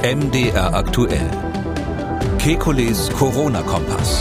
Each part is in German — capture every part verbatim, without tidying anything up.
M D R aktuell. Kekules Corona-Kompass.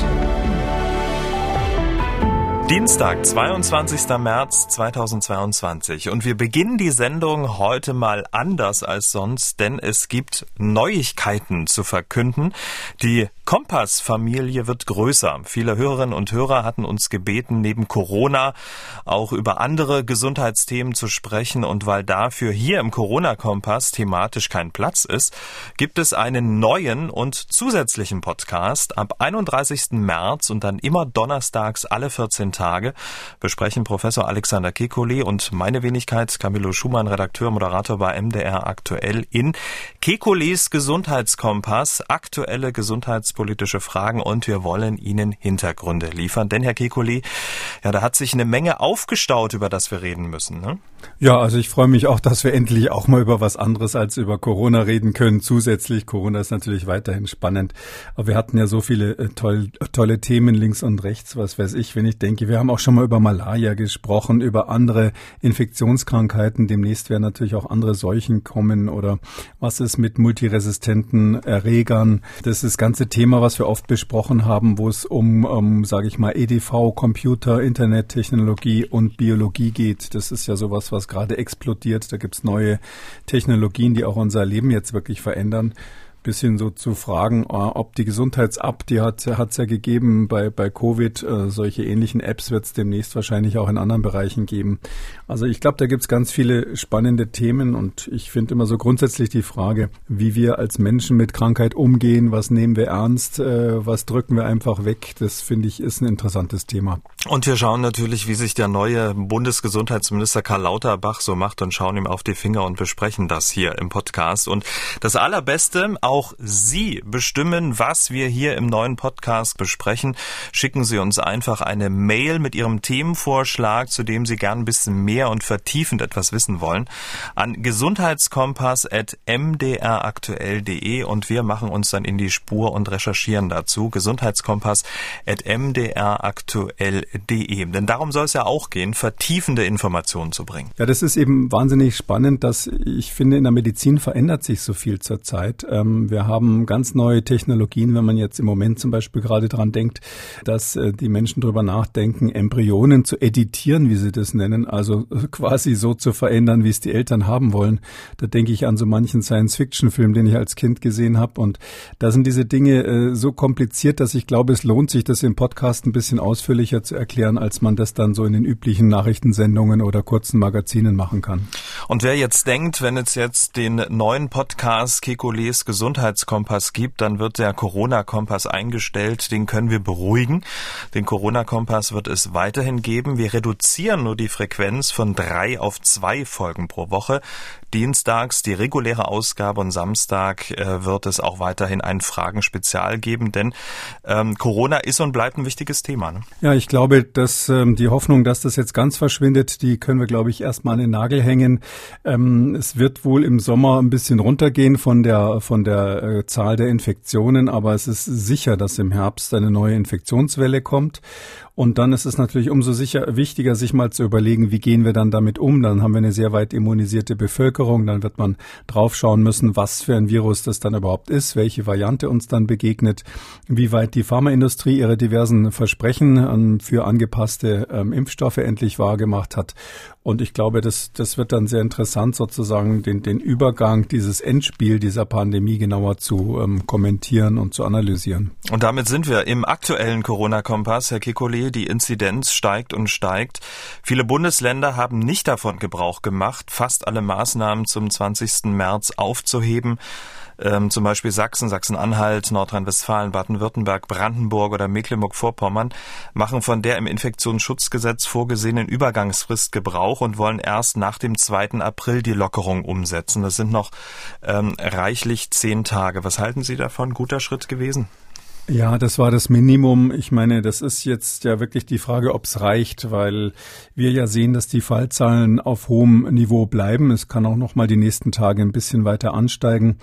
Dienstag, zweiundzwanzigster März zweitausendzweiundzwanzig. Und wir beginnen die Sendung heute mal anders als sonst, denn es gibt Neuigkeiten zu verkünden. Die Kompass-Familie wird größer. Viele Hörerinnen und Hörer hatten uns gebeten, neben Corona auch über andere Gesundheitsthemen zu sprechen. Und weil dafür hier im Corona-Kompass thematisch kein Platz ist, gibt es einen neuen und zusätzlichen Podcast ab einunddreißigsten März und dann immer donnerstags alle vierzehn Tage besprechen Professor Alexander Kekulé und meine Wenigkeit, Camillo Schumann, Redakteur, Moderator bei M D R aktuell in Kekulés Gesundheitskompass, aktuelle gesundheitspolitische Fragen, und wir wollen Ihnen Hintergründe liefern. Denn Herr Kekulé, ja, da hat sich eine Menge aufgestaut, über das wir reden müssen, ne? Ja, also ich freue mich auch, dass wir endlich auch mal über was anderes als über Corona reden können. Zusätzlich, Corona ist natürlich weiterhin spannend, aber wir hatten ja so viele äh, toll, tolle Themen links und rechts, was weiß ich, wenn ich denke, wir haben auch schon mal über Malaria gesprochen, über andere Infektionskrankheiten. Demnächst werden natürlich auch andere Seuchen kommen, oder was ist mit multiresistenten Erregern. Das ist das ganze Thema, was wir oft besprochen haben, wo es um, um sage ich mal, E D V, Computer, Internettechnologie und Biologie geht. Das ist ja sowas, was gerade explodiert. Da gibt es neue Technologien, die auch unser Leben jetzt wirklich verändern. Bis hin so zu fragen, ob die Gesundheits-App, die hat es ja gegeben bei bei Covid, äh, solche ähnlichen Apps wird es demnächst wahrscheinlich auch in anderen Bereichen geben. Also ich glaube, da gibt es ganz viele spannende Themen, und ich finde immer so grundsätzlich die Frage, wie wir als Menschen mit Krankheit umgehen, was nehmen wir ernst, äh, was drücken wir einfach weg, das finde ich ist ein interessantes Thema. Und wir schauen natürlich, wie sich der neue Bundesgesundheitsminister Karl Lauterbach so macht, und schauen ihm auf die Finger und besprechen das hier im Podcast. Und das Allerbeste, auch Sie bestimmen, was wir hier im neuen Podcast besprechen. Schicken Sie uns einfach eine Mail mit Ihrem Themenvorschlag, zu dem Sie gern ein bisschen mehr und vertiefend etwas wissen wollen, an gesundheitskompass at m d r aktuell punkt d e, und wir machen uns dann in die Spur und recherchieren dazu. gesundheitskompass at m d r aktuell punkt d e. Denn darum soll es ja auch gehen, vertiefende Informationen zu bringen. Ja, das ist eben wahnsinnig spannend, dass ich finde, in der Medizin verändert sich so viel zurzeit. Ähm, Wir haben ganz neue Technologien, wenn man jetzt im Moment zum Beispiel gerade dran denkt, dass äh, die Menschen drüber nachdenken, Embryonen zu editieren, wie sie das nennen, also quasi so zu verändern, wie es die Eltern haben wollen. Da denke ich an so manchen Science-Fiction-Film, den ich als Kind gesehen habe, und da sind diese Dinge äh, so kompliziert, dass ich glaube, es lohnt sich, das im Podcast ein bisschen ausführlicher zu erklären, als man das dann so in den üblichen Nachrichtensendungen oder kurzen Magazinen machen kann. Und wer jetzt denkt, wenn es jetzt den neuen Podcast Kekulés Gesundheitskompass Gesundheitskompass gibt, dann wird der Corona-Kompass eingestellt. Den können wir beruhigen. Den Corona-Kompass wird es weiterhin geben. Wir reduzieren nur die Frequenz von drei auf zwei Folgen pro Woche. Dienstags die reguläre Ausgabe, und Samstag äh, wird es auch weiterhin ein Fragen-Spezial geben, denn ähm, Corona ist und bleibt ein wichtiges Thema, ne? Ja, ich glaube, dass ähm, die Hoffnung, dass das jetzt ganz verschwindet, die können wir, glaube ich, erstmal an den Nagel hängen. Ähm, es wird wohl im Sommer ein bisschen runtergehen von der von der äh, Zahl der Infektionen, aber es ist sicher, dass im Herbst eine neue Infektionswelle kommt. Und dann ist es natürlich umso sicher wichtiger, sich mal zu überlegen, wie gehen wir dann damit um. Dann haben wir eine sehr weit immunisierte Bevölkerung. Dann wird man draufschauen müssen, was für ein Virus das dann überhaupt ist, welche Variante uns dann begegnet, wie weit die Pharmaindustrie ihre diversen Versprechen ähm, für angepasste ähm, Impfstoffe endlich wahrgemacht hat. Und ich glaube, das, das wird dann sehr interessant, sozusagen den, den Übergang, dieses Endspiel dieser Pandemie genauer zu ähm, kommentieren und zu analysieren. Und damit sind wir im aktuellen Corona-Kompass, Herr Kekulé. Die Inzidenz steigt und steigt. Viele Bundesländer haben nicht davon Gebrauch gemacht, fast alle Maßnahmen zum zwanzigsten März aufzuheben. Ähm, zum Beispiel Sachsen, Sachsen-Anhalt, Nordrhein-Westfalen, Baden-Württemberg, Brandenburg oder Mecklenburg-Vorpommern machen von der im Infektionsschutzgesetz vorgesehenen Übergangsfrist Gebrauch und wollen erst nach dem zweiten April die Lockerung umsetzen. Das sind noch ähm, reichlich zehn Tage. Was halten Sie davon? Guter Schritt gewesen? Ja, das war das Minimum. Ich meine, das ist jetzt ja wirklich die Frage, ob es reicht, weil wir ja sehen, dass die Fallzahlen auf hohem Niveau bleiben. Es kann auch noch mal die nächsten Tage ein bisschen weiter ansteigen.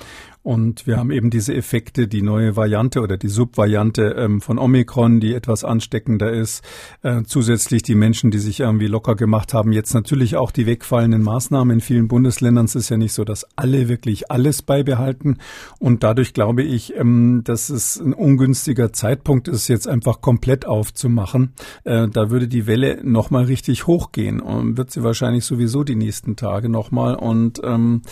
Und wir haben eben diese Effekte, die neue Variante oder die Subvariante ähm, von Omikron, die etwas ansteckender ist. Äh, zusätzlich die Menschen, die sich irgendwie locker gemacht haben. Jetzt natürlich auch die wegfallenden Maßnahmen in vielen Bundesländern. Es ist ja nicht so, dass alle wirklich alles beibehalten. Und dadurch glaube ich, ähm, dass es ein ungünstiger Zeitpunkt ist, jetzt einfach komplett aufzumachen. Äh, da würde die Welle nochmal richtig hochgehen und wird sie wahrscheinlich sowieso die nächsten Tage nochmal. Und ähm,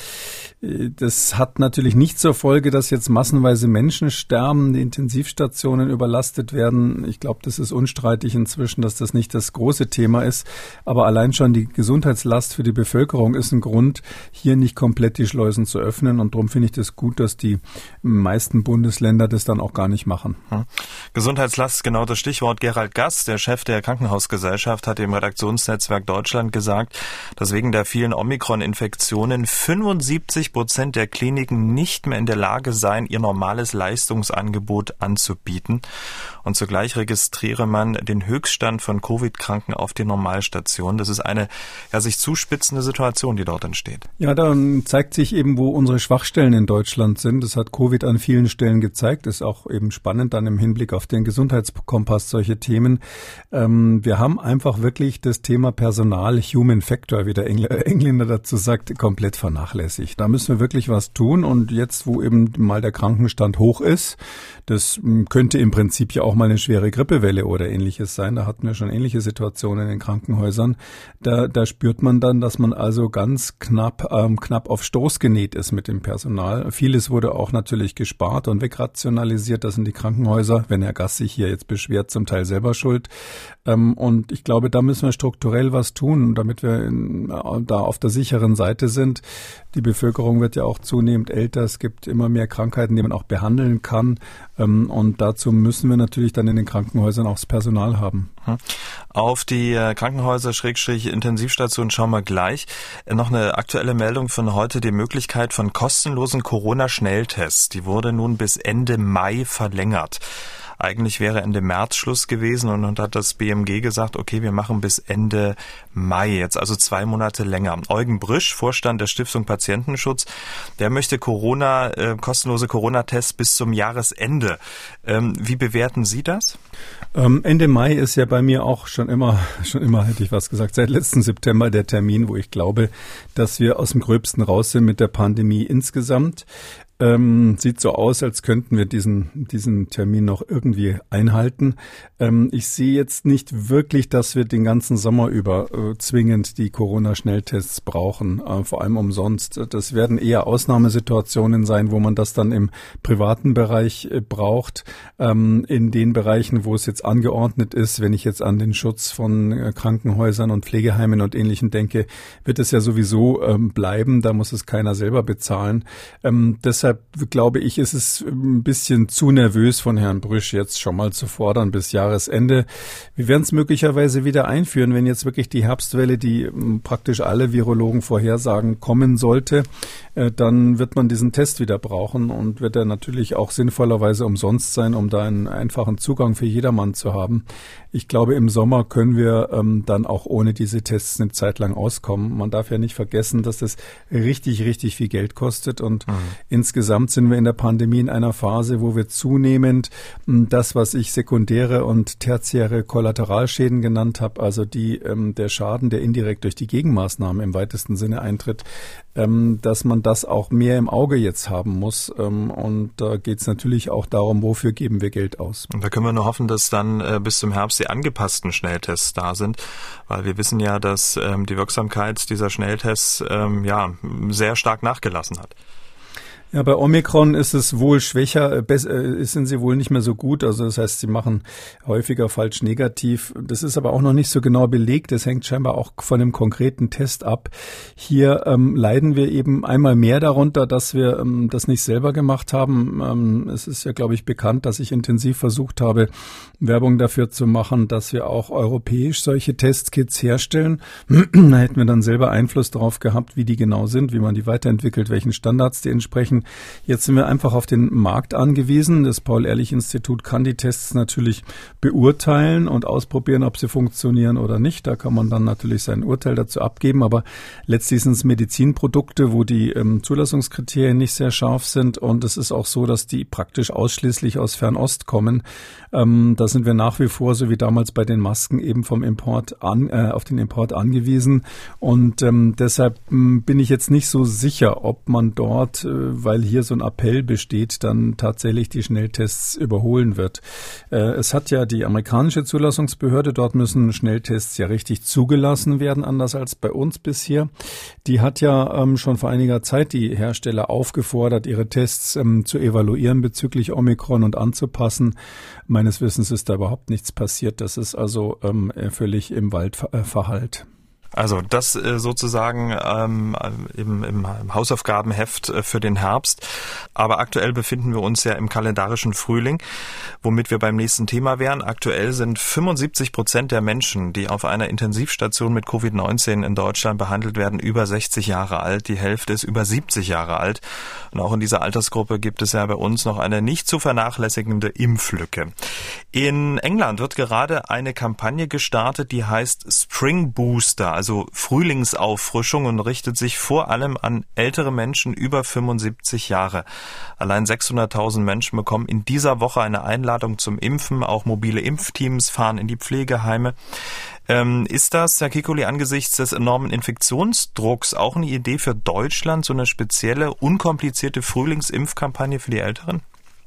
das hat natürlich nicht zur Folge, dass jetzt massenweise Menschen sterben, die Intensivstationen überlastet werden. Ich glaube, das ist unstreitig inzwischen, dass das nicht das große Thema ist. Aber allein schon die Gesundheitslast für die Bevölkerung ist ein Grund, hier nicht komplett die Schleusen zu öffnen. Und darum finde ich das gut, dass die meisten Bundesländer das dann auch gar nicht machen. Hm. Gesundheitslast, genau das Stichwort. Gerald Gass, der Chef der Krankenhausgesellschaft, hat im Redaktionsnetzwerk Deutschland gesagt, dass wegen der vielen Omikron-Infektionen fünfundsiebzig Prozent der Kliniken nicht mehr in der Lage seien, ihr normales Leistungsangebot anzubieten. Und zugleich registriere man den Höchststand von Covid-Kranken auf den Normalstationen. Das ist eine ja, sich zuspitzende Situation, die dort entsteht. Ja, dann zeigt sich eben, wo unsere Schwachstellen in Deutschland sind. Das hat Covid an vielen Stellen gezeigt. Das ist auch eben spannend dann im Hinblick auf den Gesundheitskompass, solche Themen. Ähm, wir haben einfach wirklich das Thema Personal, Human Factor, wie der Engl- Engländer dazu sagt, komplett vernachlässigt. Da müssen wir wirklich was tun. Und jetzt, wo eben mal der Krankenstand hoch ist, das könnte im Prinzip ja auch mal eine schwere Grippewelle oder Ähnliches sein. Da hatten wir schon ähnliche Situationen in den Krankenhäusern. Da, da spürt man dann, dass man also ganz knapp, ähm, knapp auf Stoß genäht ist mit dem Personal. Vieles wurde auch natürlich gespart und wegrationalisiert. Das sind die Krankenhäuser, wenn Herr Gass sich hier jetzt beschwert, zum Teil selber schuld. Ähm, und ich glaube, da müssen wir strukturell was tun, damit wir in, da auf der sicheren Seite sind. Die Bevölkerung wird ja auch zunehmend älter. Es gibt immer mehr Krankheiten, die man auch behandeln kann. Und dazu müssen wir natürlich dann in den Krankenhäusern auch das Personal haben. Auf die Krankenhäuser, Schrägstrich, Intensivstationen schauen wir gleich. Noch eine aktuelle Meldung von heute, die Möglichkeit von kostenlosen Corona-Schnelltests. Die wurde nun bis Ende Mai verlängert. Eigentlich wäre Ende März Schluss gewesen und, und hat das B M G gesagt, okay, wir machen bis Ende Mai, jetzt also zwei Monate länger. Eugen Brüsch, Vorstand der Stiftung Patientenschutz, der möchte Corona, äh, kostenlose Corona-Tests bis zum Jahresende. Ähm, wie bewerten Sie das? Ähm, Ende Mai ist ja bei mir auch schon immer, schon immer hätte ich was gesagt, seit letzten September der Termin, wo ich glaube, dass wir aus dem Gröbsten raus sind mit der Pandemie insgesamt. Ähm, sieht so aus, als könnten wir diesen diesen Termin noch irgendwie einhalten. Ähm, ich sehe jetzt nicht wirklich, dass wir den ganzen Sommer über äh, zwingend die Corona-Schnelltests brauchen, äh, vor allem umsonst. Das werden eher Ausnahmesituationen sein, wo man das dann im privaten Bereich äh, braucht. Ähm, in den Bereichen, wo es jetzt angeordnet ist, wenn ich jetzt an den Schutz von äh, Krankenhäusern und Pflegeheimen und Ähnlichem denke, wird es ja sowieso ähm, bleiben. Da muss es keiner selber bezahlen. Ähm, deshalb glaube ich, ist es ein bisschen zu nervös von Herrn Brüsch, jetzt schon mal zu fordern bis Jahresende. Wir werden es möglicherweise wieder einführen, wenn jetzt wirklich die Herbstwelle, die praktisch alle Virologen vorhersagen, kommen sollte. Dann wird man diesen Test wieder brauchen und wird er natürlich auch sinnvollerweise umsonst sein, um da einen einfachen Zugang für jedermann zu haben. Ich glaube, im Sommer können wir ähm, dann auch ohne diese Tests eine Zeit lang auskommen. Man darf ja nicht vergessen, dass das richtig, richtig viel Geld kostet und mhm. insgesamt sind wir in der Pandemie in einer Phase, wo wir zunehmend das, was ich sekundäre und tertiäre Kollateralschäden genannt habe, also die ähm, der Schaden, der indirekt durch die Gegenmaßnahmen im weitesten Sinne eintritt, ähm, dass man das auch mehr im Auge jetzt haben muss. Ähm, und da geht es natürlich auch darum, wofür geben wir Geld aus. Und da können wir nur hoffen, dass dann äh, bis zum Herbst die angepassten Schnelltests da sind, weil wir wissen ja, dass ähm, die Wirksamkeit dieser Schnelltests ähm, ja sehr stark nachgelassen hat. Ja, bei Omikron ist es wohl schwächer, besser, sind sie wohl nicht mehr so gut. Also das heißt, sie machen häufiger falsch negativ. Das ist aber auch noch nicht so genau belegt. Das hängt scheinbar auch von einem konkreten Test ab. Hier ähm, leiden wir eben einmal mehr darunter, dass wir ähm, das nicht selber gemacht haben. Ähm, es ist ja, glaube ich, bekannt, dass ich intensiv versucht habe, Werbung dafür zu machen, dass wir auch europäisch solche Testkits herstellen. Da hätten wir dann selber Einfluss darauf gehabt, wie die genau sind, wie man die weiterentwickelt, welchen Standards die entsprechen. Deswegen, jetzt sind wir einfach auf den Markt angewiesen. Das Paul-Ehrlich-Institut kann die Tests natürlich beurteilen und ausprobieren, ob sie funktionieren oder nicht. Da kann man dann natürlich sein Urteil dazu abgeben. Aber letztlich sind es Medizinprodukte, wo die ähm, Zulassungskriterien nicht sehr scharf sind. Und es ist auch so, dass die praktisch ausschließlich aus Fernost kommen. Ähm, da sind wir nach wie vor, so wie damals bei den Masken, eben vom Import an, äh, auf den Import angewiesen. Und ähm, deshalb ähm, bin ich jetzt nicht so sicher, ob man dort, äh, weil hier so ein Appell besteht, dann tatsächlich die Schnelltests überholen wird. Äh, es hat ja die amerikanische Zulassungsbehörde, dort müssen Schnelltests ja richtig zugelassen werden, anders als bei uns bisher. Die hat ja ähm, schon vor einiger Zeit die Hersteller aufgefordert, ihre Tests ähm, zu evaluieren bezüglich Omikron und anzupassen. Meines Wissens ist da überhaupt nichts passiert. Das ist also ähm, völlig im Wald ver- verhallt. Also das äh, sozusagen ähm, im, im Hausaufgabenheft äh, für den Herbst. Aber aktuell befinden wir uns ja im kalendarischen Frühling, womit wir beim nächsten Thema wären. Aktuell sind fünfundsiebzig Prozent der Menschen, die auf einer Intensivstation mit Covid neunzehn in Deutschland behandelt werden, über sechzig Jahre alt. Die Hälfte ist über siebzig Jahre alt. Und auch in dieser Altersgruppe gibt es ja bei uns noch eine nicht zu vernachlässigende Impflücke. In England wird gerade eine Kampagne gestartet, die heißt Spring Booster, also Frühlingsauffrischung, und richtet sich vor allem an ältere Menschen über fünfundsiebzig Jahre. Allein sechshunderttausend Menschen bekommen in dieser Woche eine Einladung zum Impfen. Auch mobile Impfteams fahren in die Pflegeheime. Ähm, ist das, Herr Kekulé, angesichts des enormen Infektionsdrucks auch eine Idee für Deutschland, so eine spezielle, unkomplizierte Frühlingsimpfkampagne für die Älteren?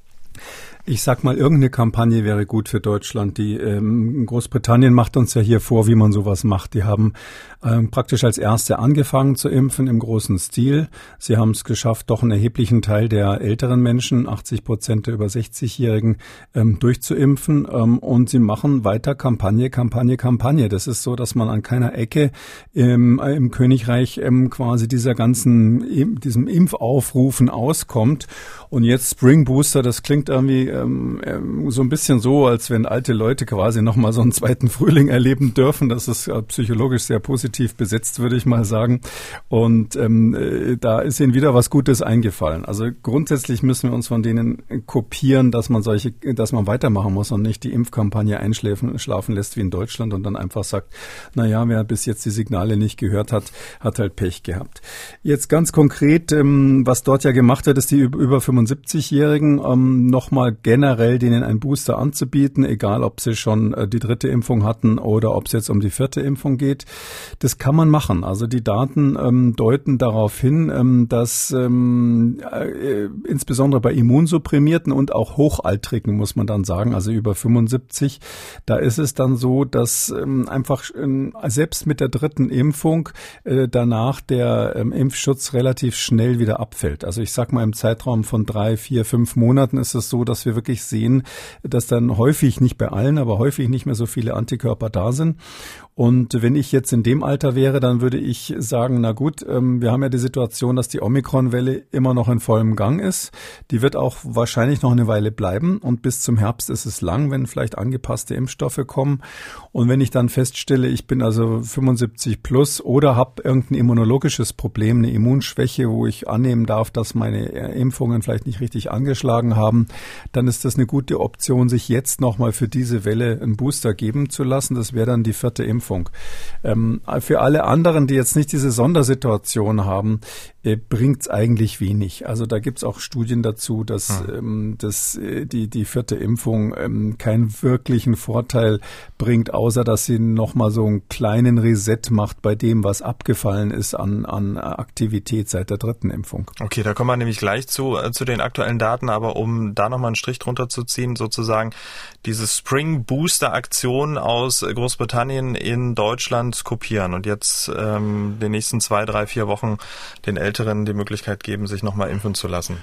Ich sag mal, irgendeine Kampagne wäre gut für Deutschland. Die ähm, Großbritannien macht uns ja hier vor, wie man sowas macht. Die haben ähm, praktisch als Erste angefangen zu impfen im großen Stil. Sie haben es geschafft, doch einen erheblichen Teil der älteren Menschen, achtzig Prozent der über sechzigjährigen, ähm, durchzuimpfen. Ähm, und sie machen weiter Kampagne, Kampagne, Kampagne. Das ist so, dass man an keiner Ecke ähm, im Königreich ähm, quasi dieser ganzen, diesem Impfaufrufen auskommt. Und jetzt Spring Booster, das klingt irgendwie ähm, so ein bisschen so, als wenn alte Leute quasi nochmal so einen zweiten Frühling erleben dürfen. Das ist äh, psychologisch sehr positiv besetzt, würde ich mal sagen. Und ähm, äh, da ist ihnen wieder was Gutes eingefallen. Also grundsätzlich müssen wir uns von denen kopieren, dass man solche, dass man weitermachen muss und nicht die Impfkampagne einschlafen schlafen lässt wie in Deutschland und dann einfach sagt, na ja, wer bis jetzt die Signale nicht gehört hat, hat halt Pech gehabt. Jetzt ganz konkret, ähm, was dort ja gemacht wird, ist die über fünfundsiebzigjährigen ähm, nochmal generell denen einen Booster anzubieten, egal ob sie schon äh, die dritte Impfung hatten oder ob es jetzt um die vierte Impfung geht. Das kann man machen. Also die Daten ähm, deuten darauf hin, ähm, dass ähm, äh, insbesondere bei Immunsupprimierten und auch Hochaltrigen, muss man dann sagen, also über fünfundsiebzig, da ist es dann so, dass ähm, einfach äh, selbst mit der dritten Impfung äh, danach der ähm, Impfschutz relativ schnell wieder abfällt. Also ich sag mal, im Zeitraum von drei, vier, fünf Monaten ist es so, dass wir wirklich sehen, dass dann häufig, nicht bei allen, aber häufig nicht mehr so viele Antikörper da sind. Und wenn ich jetzt in dem Alter wäre, dann würde ich sagen, na gut, ähm, wir haben ja die Situation, dass die Omikron-Welle immer noch in vollem Gang ist. Die wird auch wahrscheinlich noch eine Weile bleiben und bis zum Herbst ist es lang, wenn vielleicht angepasste Impfstoffe kommen. Und wenn ich dann feststelle, ich bin also fünfundsiebzig plus oder habe irgendein immunologisches Problem, eine Immunschwäche, wo ich annehmen darf, dass meine Impfungen vielleicht nicht richtig angeschlagen haben, dann ist das eine gute Option, sich jetzt nochmal für diese Welle einen Booster geben zu lassen. Das wäre dann die vierte Impfung. Ähm, für alle anderen, die jetzt nicht diese Sondersituation haben, äh, bringt es eigentlich wenig. Also da gibt es auch Studien dazu, dass, hm. ähm, dass äh, die, die vierte Impfung ähm, keinen wirklichen Vorteil bringt, außer dass sie nochmal so einen kleinen Reset macht bei dem, was abgefallen ist an, an Aktivität seit der dritten Impfung. Okay, da kommen wir nämlich gleich zu, äh, zu den aktuellen Daten, aber um da nochmal einen Strich drunter zu ziehen, sozusagen diese Spring Booster Aktion aus Großbritannien in Deutschland kopieren und jetzt ähm, den nächsten zwei, drei, vier Wochen den Älteren die Möglichkeit geben, sich nochmal impfen zu lassen.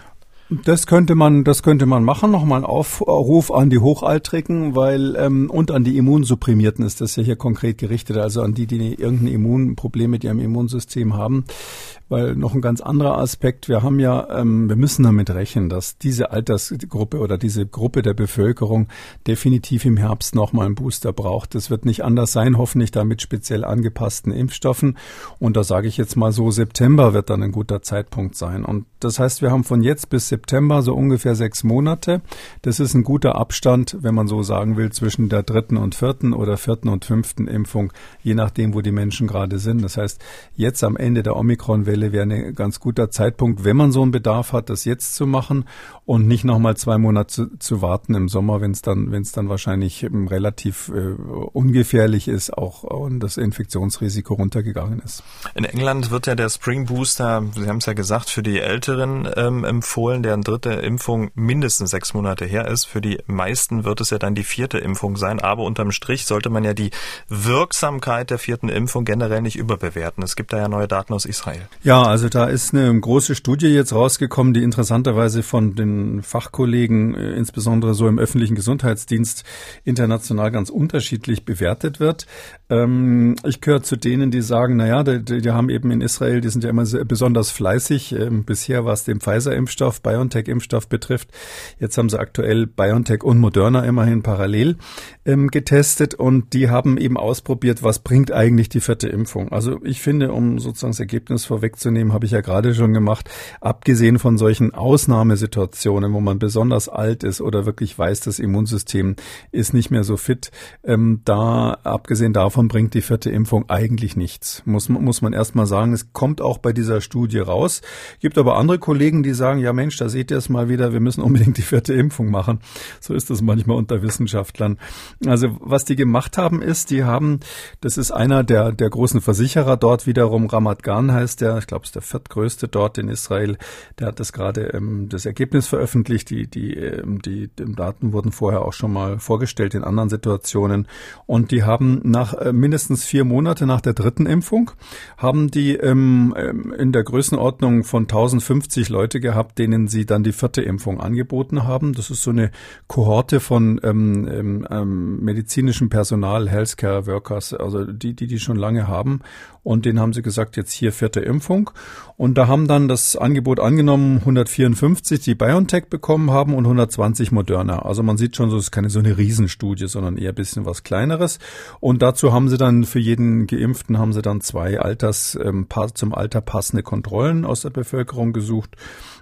Das könnte man, das könnte man machen. Nochmal ein Aufruf an die Hochaltrigen, weil ähm, und an die Immunsupprimierten ist das ja hier konkret gerichtet, also an die, die irgendein Immunproblem mit ihrem Immunsystem haben. Weil noch ein ganz anderer Aspekt, wir haben ja, ähm, wir müssen damit rechnen, dass diese Altersgruppe oder diese Gruppe der Bevölkerung definitiv im Herbst nochmal einen Booster braucht. Das wird nicht anders sein, hoffentlich da mit speziell angepassten Impfstoffen. Und da sage ich jetzt mal so, September wird dann ein guter Zeitpunkt sein. Und das heißt, wir haben von jetzt bis September so ungefähr sechs Monate. Das ist ein guter Abstand, wenn man so sagen will, zwischen der dritten und vierten oder vierten und fünften Impfung, je nachdem, wo die Menschen gerade sind. Das heißt, jetzt am Ende der Omikron-Welle wäre ein ganz guter Zeitpunkt, wenn man so einen Bedarf hat, das jetzt zu machen und nicht nochmal zwei Monate zu, zu warten im Sommer, wenn es dann, wenn es dann wahrscheinlich relativ äh, ungefährlich ist, auch und das Infektionsrisiko runtergegangen ist. In England wird ja der Spring Booster, Sie haben es ja gesagt, für die Älteren ähm, empfohlen, deren dritte Impfung mindestens sechs Monate her ist. Für die meisten wird es ja dann die vierte Impfung sein, aber unterm Strich sollte man ja die Wirksamkeit der vierten Impfung generell nicht überbewerten. Es gibt da ja neue Daten aus Israel. Ja, also da ist eine große Studie jetzt rausgekommen, die interessanterweise von den Fachkollegen, insbesondere so im öffentlichen Gesundheitsdienst, international ganz unterschiedlich bewertet wird. Ähm, ich gehöre zu denen, die sagen, naja, die, die haben eben in Israel, die sind ja immer sehr, besonders fleißig. Ähm, bisher, was den Pfizer-Impfstoff, BioNTech-Impfstoff betrifft. Jetzt haben sie aktuell BioNTech und Moderna immerhin parallel ähm, getestet und die haben eben ausprobiert, was bringt eigentlich die vierte Impfung. Also ich finde, um sozusagen das Ergebnis vorwegzunehmen, habe ich ja gerade schon gemacht, abgesehen von solchen Ausnahmesituationen, wo man besonders alt ist oder wirklich weiß, das Immunsystem ist nicht mehr so fit, ähm, da, abgesehen davon, bringt die vierte Impfung eigentlich nichts. Muss, muss man erst mal sagen, es kommt auch bei dieser Studie raus. Gibt aber andere Kollegen, die sagen, ja Mensch, da seht ihr es mal wieder, wir müssen unbedingt die vierte Impfung machen. So ist das manchmal unter Wissenschaftlern. Also was die gemacht haben ist, die haben, das ist einer der, der großen Versicherer dort wiederum, Ramat Gan heißt der, ich glaube, es ist der viertgrößte dort in Israel, der hat das gerade ähm, das Ergebnis veröffentlicht. Die, die, ähm, die, die Daten wurden vorher auch schon mal vorgestellt in anderen Situationen. Und die haben nach äh, mindestens vier Monate nach der dritten Impfung, haben die ähm, in der Größenordnung von tausendfünfzig Leute gehabt, denen sie dann die vierte Impfung angeboten haben. Das ist so eine Kohorte von ähm, ähm, medizinischem Personal, Healthcare Workers, also die, die die schon lange haben. Und denen haben sie gesagt, jetzt hier vierte Impfung. Und da haben dann das Angebot angenommen, hundertvierundfünfzig, die BioNTech bekommen haben und hundertzwanzig Moderna. Also man sieht schon, so es ist keine so eine Riesenstudie, sondern eher ein bisschen was Kleineres. Und dazu haben sie dann für jeden Geimpften haben sie dann zwei Alters, ähm, zum Alter passende Kontrollen aus der Bevölkerung gesucht.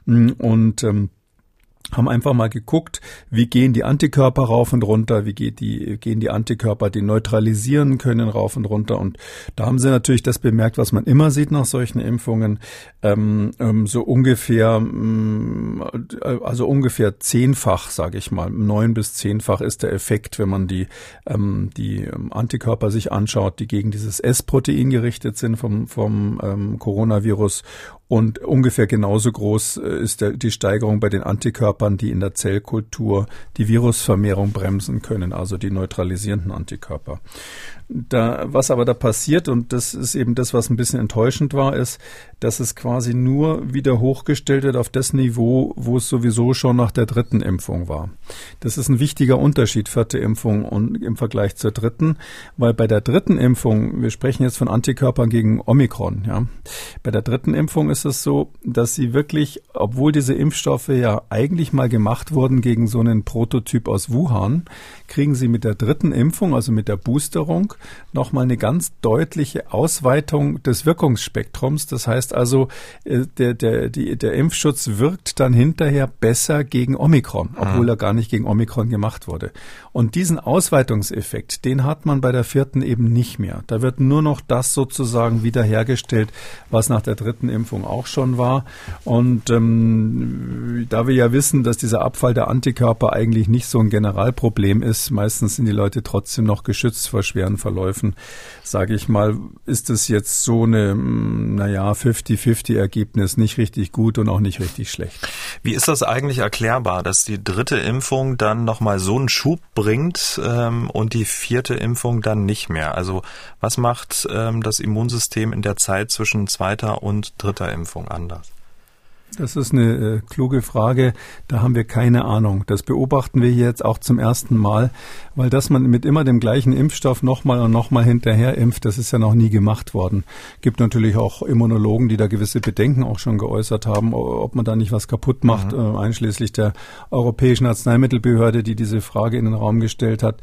Und ähm, haben einfach mal geguckt, wie gehen die Antikörper rauf und runter, wie geht die, gehen die Antikörper, die neutralisieren können, rauf und runter. Und da haben sie natürlich das bemerkt, was man immer sieht nach solchen Impfungen, ähm, ähm, so ungefähr, ähm, also ungefähr zehnfach, sage ich mal, neun bis zehnfach ist der Effekt, wenn man die, ähm, die Antikörper sich anschaut, die gegen dieses S-Protein gerichtet sind vom, vom ähm, Coronavirus. Und ungefähr genauso groß ist der, die Steigerung bei den Antikörpern, die in der Zellkultur die Virusvermehrung bremsen können, also die neutralisierenden Antikörper. Da, was aber da passiert, und das ist eben das, was ein bisschen enttäuschend war, ist, dass es quasi nur wieder hochgestellt wird auf das Niveau, wo es sowieso schon nach der dritten Impfung war. Das ist ein wichtiger Unterschied, vierte Impfung und im Vergleich zur dritten, weil bei der dritten Impfung, wir sprechen jetzt von Antikörpern gegen Omikron, ja, bei der dritten Impfung ist es so, dass sie wirklich, obwohl diese Impfstoffe ja eigentlich mal gemacht wurden gegen so einen Prototyp aus Wuhan, kriegen sie mit der dritten Impfung, also mit der Boosterung, nochmal eine ganz deutliche Ausweitung des Wirkungsspektrums. Das heißt also, der, der, die, der Impfschutz wirkt dann hinterher besser gegen Omikron, obwohl er gar nicht gegen Omikron gemacht wurde. Und diesen Ausweitungseffekt, den hat man bei der vierten eben nicht mehr. Da wird nur noch das sozusagen wiederhergestellt, was nach der dritten Impfung auch schon war. Und ähm, da wir ja wissen, dass dieser Abfall der Antikörper eigentlich nicht so ein Generalproblem ist, meistens sind die Leute trotzdem noch geschützt vor schweren Verläufen, sage ich mal, ist es jetzt so eine, naja, fünfzig fünfzig Ergebnis, nicht richtig gut und auch nicht richtig schlecht. Wie ist das eigentlich erklärbar, dass die dritte Impfung dann nochmal so einen Schub bringt ähm, und die vierte Impfung dann nicht mehr? Also was macht ähm, das Immunsystem in der Zeit zwischen zweiter und dritter Impfung anders? Das ist eine äh, kluge Frage. Da haben wir keine Ahnung. Das beobachten wir hier jetzt auch zum ersten Mal, weil dass man mit immer dem gleichen Impfstoff nochmal und nochmal hinterher impft, das ist ja noch nie gemacht worden. Gibt natürlich auch Immunologen, die da gewisse Bedenken auch schon geäußert haben, ob man da nicht was kaputt macht, mhm. äh, einschließlich der Europäischen Arzneimittelbehörde, die diese Frage in den Raum gestellt hat.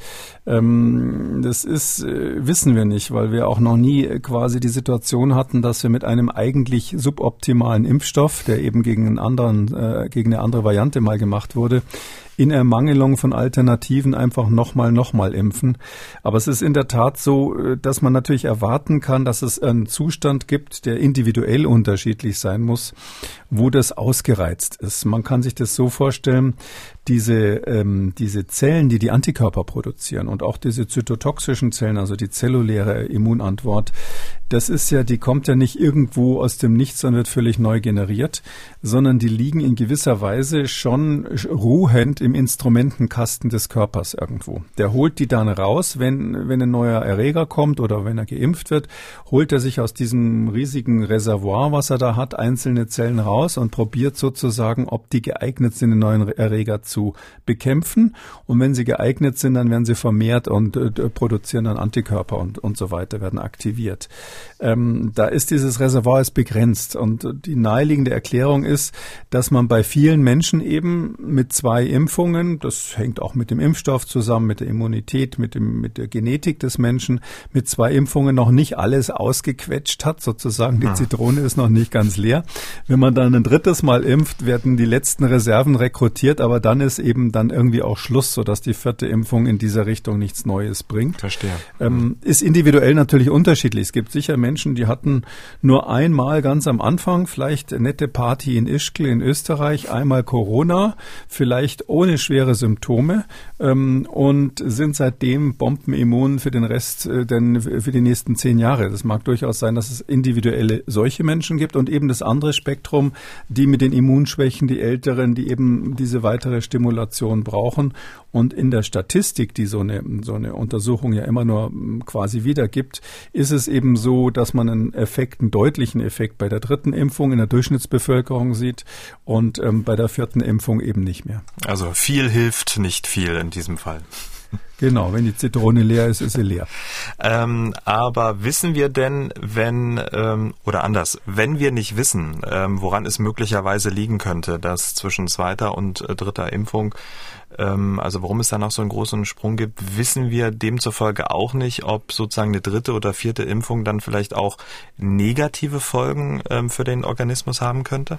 Ähm, das ist, äh, wissen wir nicht, weil wir auch noch nie quasi die Situation hatten, dass wir mit einem eigentlich suboptimalen Impfstoff, der eben gegen einen anderen, äh, gegen eine andere Variante mal gemacht wurde, in Ermangelung von Alternativen einfach nochmal, nochmal impfen. Aber es ist in der Tat so, dass man natürlich erwarten kann, dass es einen Zustand gibt, der individuell unterschiedlich sein muss, wo das ausgereizt ist. Man kann sich das so vorstellen, diese, ähm, diese Zellen, die die Antikörper produzieren und auch diese zytotoxischen Zellen, also die zelluläre Immunantwort, das ist ja, die kommt ja nicht irgendwo aus dem Nichts und wird völlig neu generiert, sondern die liegen in gewisser Weise schon ruhend im Instrumentenkasten des Körpers irgendwo. Der holt die dann raus, wenn, wenn ein neuer Erreger kommt oder wenn er geimpft wird, holt er sich aus diesem riesigen Reservoir, was er da hat, einzelne Zellen raus und probiert sozusagen, ob die geeignet sind, den neuen Erreger zu bekämpfen. Und wenn sie geeignet sind, dann werden sie vermehrt und äh, produzieren dann Antikörper und, und so weiter, werden aktiviert. Ähm, da ist dieses Reservoir ist begrenzt und die naheliegende Erklärung ist, dass man bei vielen Menschen eben mit zwei Impfungen, das hängt auch mit dem Impfstoff zusammen, mit der Immunität, mit dem, mit der Genetik des Menschen, mit zwei Impfungen noch nicht alles ausgequetscht hat, sozusagen. Die ja. Zitrone ist noch nicht ganz leer. Wenn man dann ein drittes Mal impft, werden die letzten Reserven rekrutiert, aber dann ist eben dann irgendwie auch Schluss, sodass die vierte Impfung in dieser Richtung nichts Neues bringt. Verstehe. Ähm, ist individuell natürlich unterschiedlich. Es gibt sicher Menschen, die hatten nur einmal ganz am Anfang vielleicht eine nette Party in Ischgl in Österreich, einmal Corona, vielleicht ohne schwere Symptome ähm, und sind seitdem bombenimmun für den Rest, äh, denn für die nächsten zehn Jahre. Das mag durchaus sein, dass es individuelle solche Menschen gibt und eben das andere Spektrum, die mit den Immunschwächen, die Älteren, die eben diese weitere Stimulation brauchen. Und in der Statistik, die so eine, so eine Untersuchung ja immer nur quasi wiedergibt, ist es eben so, dass man einen Effekt, einen deutlichen Effekt bei der dritten Impfung in der Durchschnittsbevölkerung sieht und ähm, bei der vierten Impfung eben nicht mehr. Also viel hilft nicht viel in diesem Fall. Genau, wenn die Zitrone leer ist, ist sie leer. Ähm, aber wissen wir denn, wenn, ähm, oder anders, wenn wir nicht wissen, ähm, woran es möglicherweise liegen könnte, dass zwischen zweiter und äh, dritter Impfung, ähm, also warum es da noch so einen großen Sprung gibt, wissen wir demzufolge auch nicht, ob sozusagen eine dritte oder vierte Impfung dann vielleicht auch negative Folgen ähm, für den Organismus haben könnte?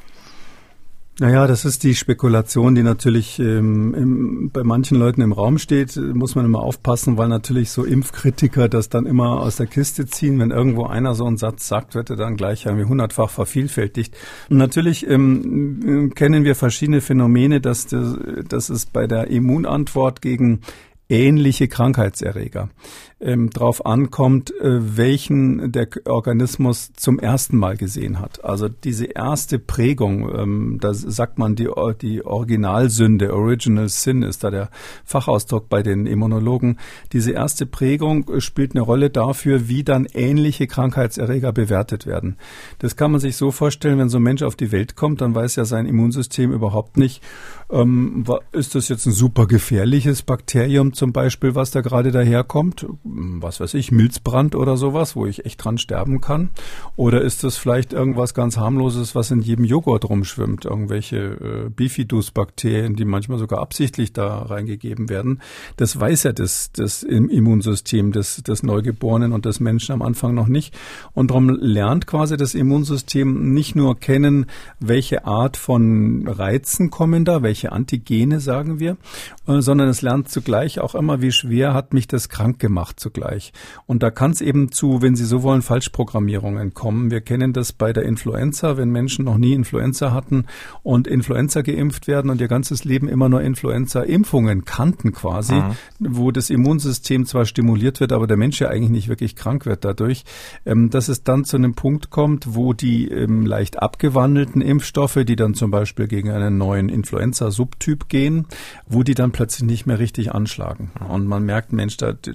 Naja, das ist die Spekulation, die natürlich ähm, im, bei manchen Leuten im Raum steht. Muss man immer aufpassen, weil natürlich so Impfkritiker das dann immer aus der Kiste ziehen. Wenn irgendwo einer so einen Satz sagt, wird er dann gleich irgendwie hundertfach vervielfältigt. Und natürlich ähm, kennen wir verschiedene Phänomene, dass, das, dass es bei der Immunantwort gegen ähnliche Krankheitserreger ähm, drauf ankommt, äh, welchen der Organismus zum ersten Mal gesehen hat. Also diese erste Prägung, ähm, da sagt man die, die Originalsünde, Original Sin ist da der Fachausdruck bei den Immunologen. Diese erste Prägung spielt eine Rolle dafür, wie dann ähnliche Krankheitserreger bewertet werden. Das kann man sich so vorstellen, wenn so ein Mensch auf die Welt kommt, dann weiß ja sein Immunsystem überhaupt nicht, ähm, ist das jetzt ein super gefährliches Bakterium zum Beispiel, was da gerade daherkommt, was weiß ich, Milzbrand oder sowas, wo ich echt dran sterben kann? Oder ist das vielleicht irgendwas ganz harmloses, was in jedem Joghurt rumschwimmt? Irgendwelche äh, Bifidus-Bakterien, die manchmal sogar absichtlich da reingegeben werden. Das weiß ja das, das Immunsystem des, des Neugeborenen und des Menschen am Anfang noch nicht. Und darum lernt quasi das Immunsystem nicht nur kennen, welche Art von Reizen kommen da, welche Antigene, sagen wir, äh, sondern es lernt zugleich auch immer, wie schwer hat mich das krank gemacht zugleich. Und da kann es eben zu, wenn Sie so wollen, Falschprogrammierungen kommen. Wir kennen das bei der Influenza, wenn Menschen noch nie Influenza hatten und Influenza geimpft werden und ihr ganzes Leben immer nur Influenza-Impfungen kannten quasi, mhm. wo das Immunsystem zwar stimuliert wird, aber der Mensch ja eigentlich nicht wirklich krank wird dadurch, ähm, dass es dann zu einem Punkt kommt, wo die ähm, leicht abgewandelten Impfstoffe, die dann zum Beispiel gegen einen neuen Influenza-Subtyp gehen, wo die dann plötzlich nicht mehr richtig anschlagen. Und man merkt, Mensch, da kann man eigentlich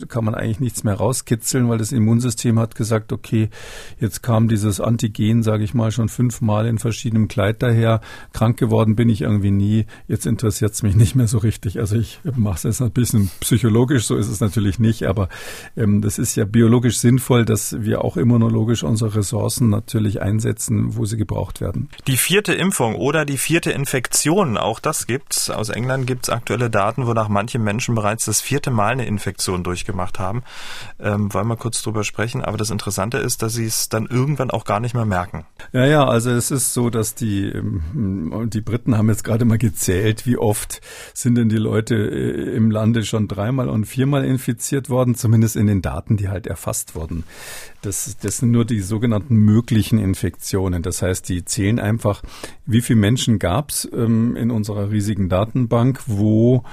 eigentlich nichts mehr rauskitzeln, weil das Immunsystem hat gesagt, okay, jetzt kam dieses Antigen, sage ich mal, schon fünfmal in verschiedenem Kleid daher. Krank geworden bin ich irgendwie nie. Jetzt interessiert es mich nicht mehr so richtig. Also ich mache es jetzt ein bisschen psychologisch, so ist es natürlich nicht, aber ähm, das ist ja biologisch sinnvoll, dass wir auch immunologisch unsere Ressourcen natürlich einsetzen, wo sie gebraucht werden. Die vierte Impfung oder die vierte Infektion, auch das gibt's. Aus England gibt's aktuelle Daten, wonach manche Menschen bereits das vierte Mal eine Infektion durchgemacht haben. Ähm, wollen wir kurz drüber sprechen. Aber das Interessante ist, dass sie es dann irgendwann auch gar nicht mehr merken. Ja, ja, also es ist so, dass die, die Briten haben jetzt gerade mal gezählt, wie oft sind denn die Leute im Lande schon dreimal und viermal infiziert worden, zumindest in den Daten, die halt erfasst wurden. Das, das sind nur die sogenannten möglichen Infektionen. Das heißt, die zählen einfach, wie viele Menschen gab es ähm, in unserer riesigen Datenbank, wo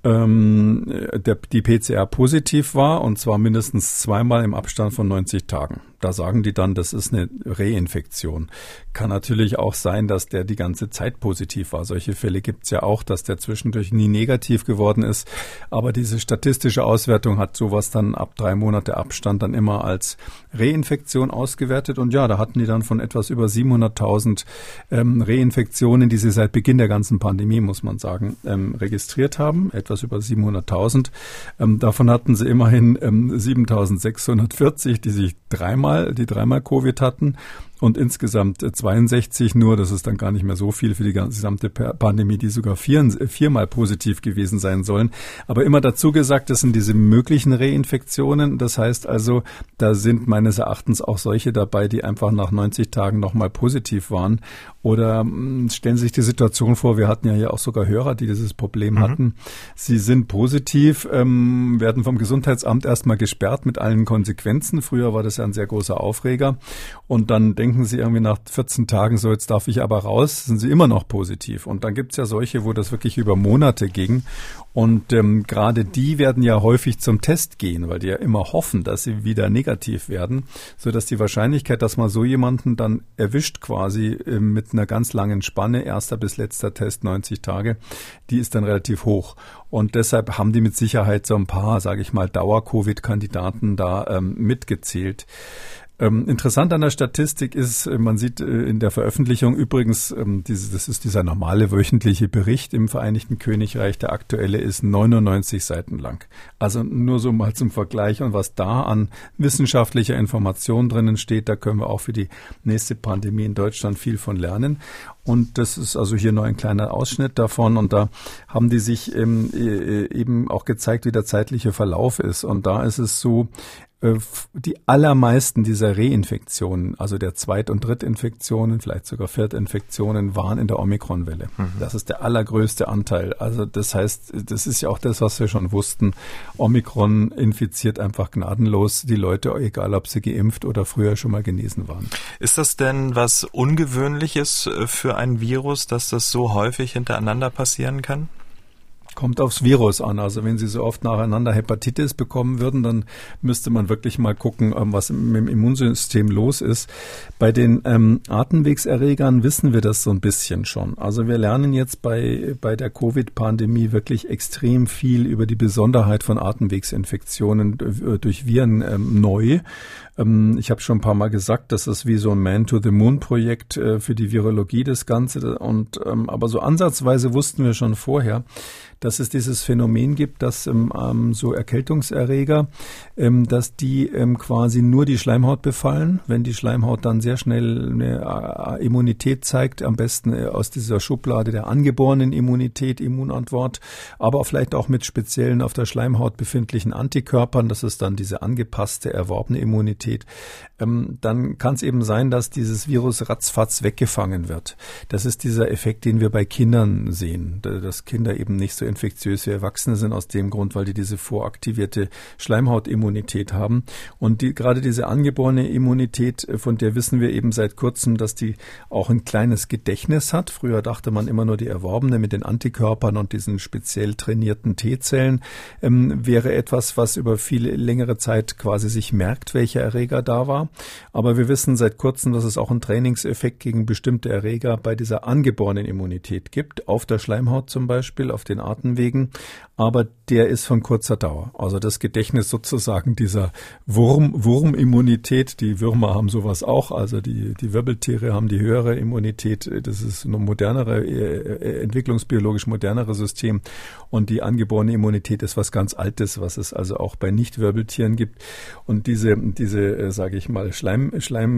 ähm, der, die P C R positiv war, und zwar mindestens zweimal im Abstand von neunzig Tagen. Da sagen die dann, das ist eine Reinfektion. Kann natürlich auch sein, dass der die ganze Zeit positiv war. Solche Fälle gibt es ja auch, dass der zwischendurch nie negativ geworden ist. Aber diese statistische Auswertung hat sowas dann ab drei Monate Abstand dann immer als Reinfektion ausgewertet. Und ja, da hatten die dann von etwas über siebenhunderttausend ähm, Reinfektionen, die sie seit Beginn der ganzen Pandemie, muss man sagen, ähm, registriert haben. Etwas über siebenhunderttausend. Ähm, davon hatten sie immerhin ähm, siebentausendsechshundertvierzig, die sich dreimal die dreimal Covid hatten, und insgesamt zweiundsechzig nur, das ist dann gar nicht mehr so viel für die gesamte Pandemie, die sogar vier, viermal positiv gewesen sein sollen. Aber immer dazu gesagt, das sind diese möglichen Reinfektionen. Das heißt also, da sind meines Erachtens auch solche dabei, die einfach nach neunzig Tagen nochmal positiv waren. Oder mh, stellen Sie sich die Situation vor, wir hatten ja hier auch sogar Hörer, die dieses Problem mhm. hatten. Sie sind positiv, ähm, werden vom Gesundheitsamt erstmal gesperrt mit allen Konsequenzen. Früher war das ja ein sehr großer Aufreger. Und dann denken Sie irgendwie nach vierzehn Tagen, so jetzt darf ich aber raus, sind Sie immer noch positiv. Und dann gibt es ja solche, wo das wirklich über Monate ging. Und ähm, gerade die werden ja häufig zum Test gehen, weil die ja immer hoffen, dass sie wieder negativ werden, sodass die Wahrscheinlichkeit, dass man so jemanden dann erwischt quasi äh, mit einer ganz langen Spanne, erster bis letzter Test neunzig Tage, die ist dann relativ hoch. Und deshalb haben die mit Sicherheit so ein paar, sage ich mal, Dauer-Covid-Kandidaten da ähm, mitgezählt. Ähm, interessant an der Statistik ist, man sieht äh, in der Veröffentlichung übrigens, ähm, diese, das ist dieser normale wöchentliche Bericht im Vereinigten Königreich, der aktuelle ist neunundneunzig Seiten lang. Also nur so mal zum Vergleich, und was da an wissenschaftlicher Information drinnen steht, da können wir auch für die nächste Pandemie in Deutschland viel von lernen. Und das ist also hier nur ein kleiner Ausschnitt davon, und da haben die sich ähm, eben auch gezeigt, wie der zeitliche Verlauf ist. Und da ist es so, die allermeisten dieser Reinfektionen, also der Zweit- und Drittinfektionen, vielleicht sogar Viertinfektionen, waren in der Omikron-Welle. Mhm. Das ist der allergrößte Anteil. Also das heißt, das ist ja auch das, was wir schon wussten. Omikron infiziert einfach gnadenlos die Leute, egal ob sie geimpft oder früher schon mal genesen waren. Ist das denn was Ungewöhnliches für ein Virus, dass das so häufig hintereinander passieren kann? Kommt aufs Virus an. Also wenn Sie so oft nacheinander Hepatitis bekommen würden, dann müsste man wirklich mal gucken, was mit dem Immunsystem los ist. Bei den ähm, Atemwegserregern wissen wir das so ein bisschen schon. Also wir lernen jetzt bei, bei der Covid-Pandemie wirklich extrem viel über die Besonderheit von Atemwegsinfektionen durch Viren ähm, neu. Ähm, ich habe schon ein paar Mal gesagt, das ist wie so ein Man-to-the-Moon-Projekt äh, für die Virologie, das Ganze. Und ähm, aber so ansatzweise wussten wir schon vorher, dass es dieses Phänomen gibt, dass ähm, so Erkältungserreger, ähm, dass die ähm, quasi nur die Schleimhaut befallen. Wenn die Schleimhaut dann sehr schnell eine äh, Immunität zeigt, am besten äh, aus dieser Schublade der angeborenen Immunität, Immunantwort, aber vielleicht auch mit speziellen auf der Schleimhaut befindlichen Antikörpern, das ist dann diese angepasste, erworbene Immunität, ähm, dann kann es eben sein, dass dieses Virus ratzfatz weggefangen wird. Das ist dieser Effekt, den wir bei Kindern sehen, dass Kinder eben nicht so infektiös wie Erwachsene sind, aus dem Grund, weil die diese voraktivierte Schleimhautimmunität haben. Und die, gerade diese angeborene Immunität, von der wissen wir eben seit kurzem, dass die auch ein kleines Gedächtnis hat. Früher dachte man immer nur, die erworbene mit den Antikörpern und diesen speziell trainierten T-Zellen ähm, wäre etwas, was über viele längere Zeit quasi sich merkt, welcher Erreger da war. Aber wir wissen seit kurzem, dass es auch einen Trainingseffekt gegen bestimmte Erreger bei dieser angeborenen Immunität gibt, auf der Schleimhaut zum Beispiel, auf den Atemwegen. Aber der ist von kurzer Dauer. Also das Gedächtnis sozusagen dieser Wurm, Wurmimmunität. Die Würmer haben sowas auch. Also die, die Wirbeltiere haben die höhere Immunität. Das ist ein modernere, äh, entwicklungsbiologisch modernere System. Und die angeborene Immunität ist was ganz Altes, was es also auch bei Nicht-Wirbeltieren gibt. Und diese, diese, äh, sage ich mal, Schleim,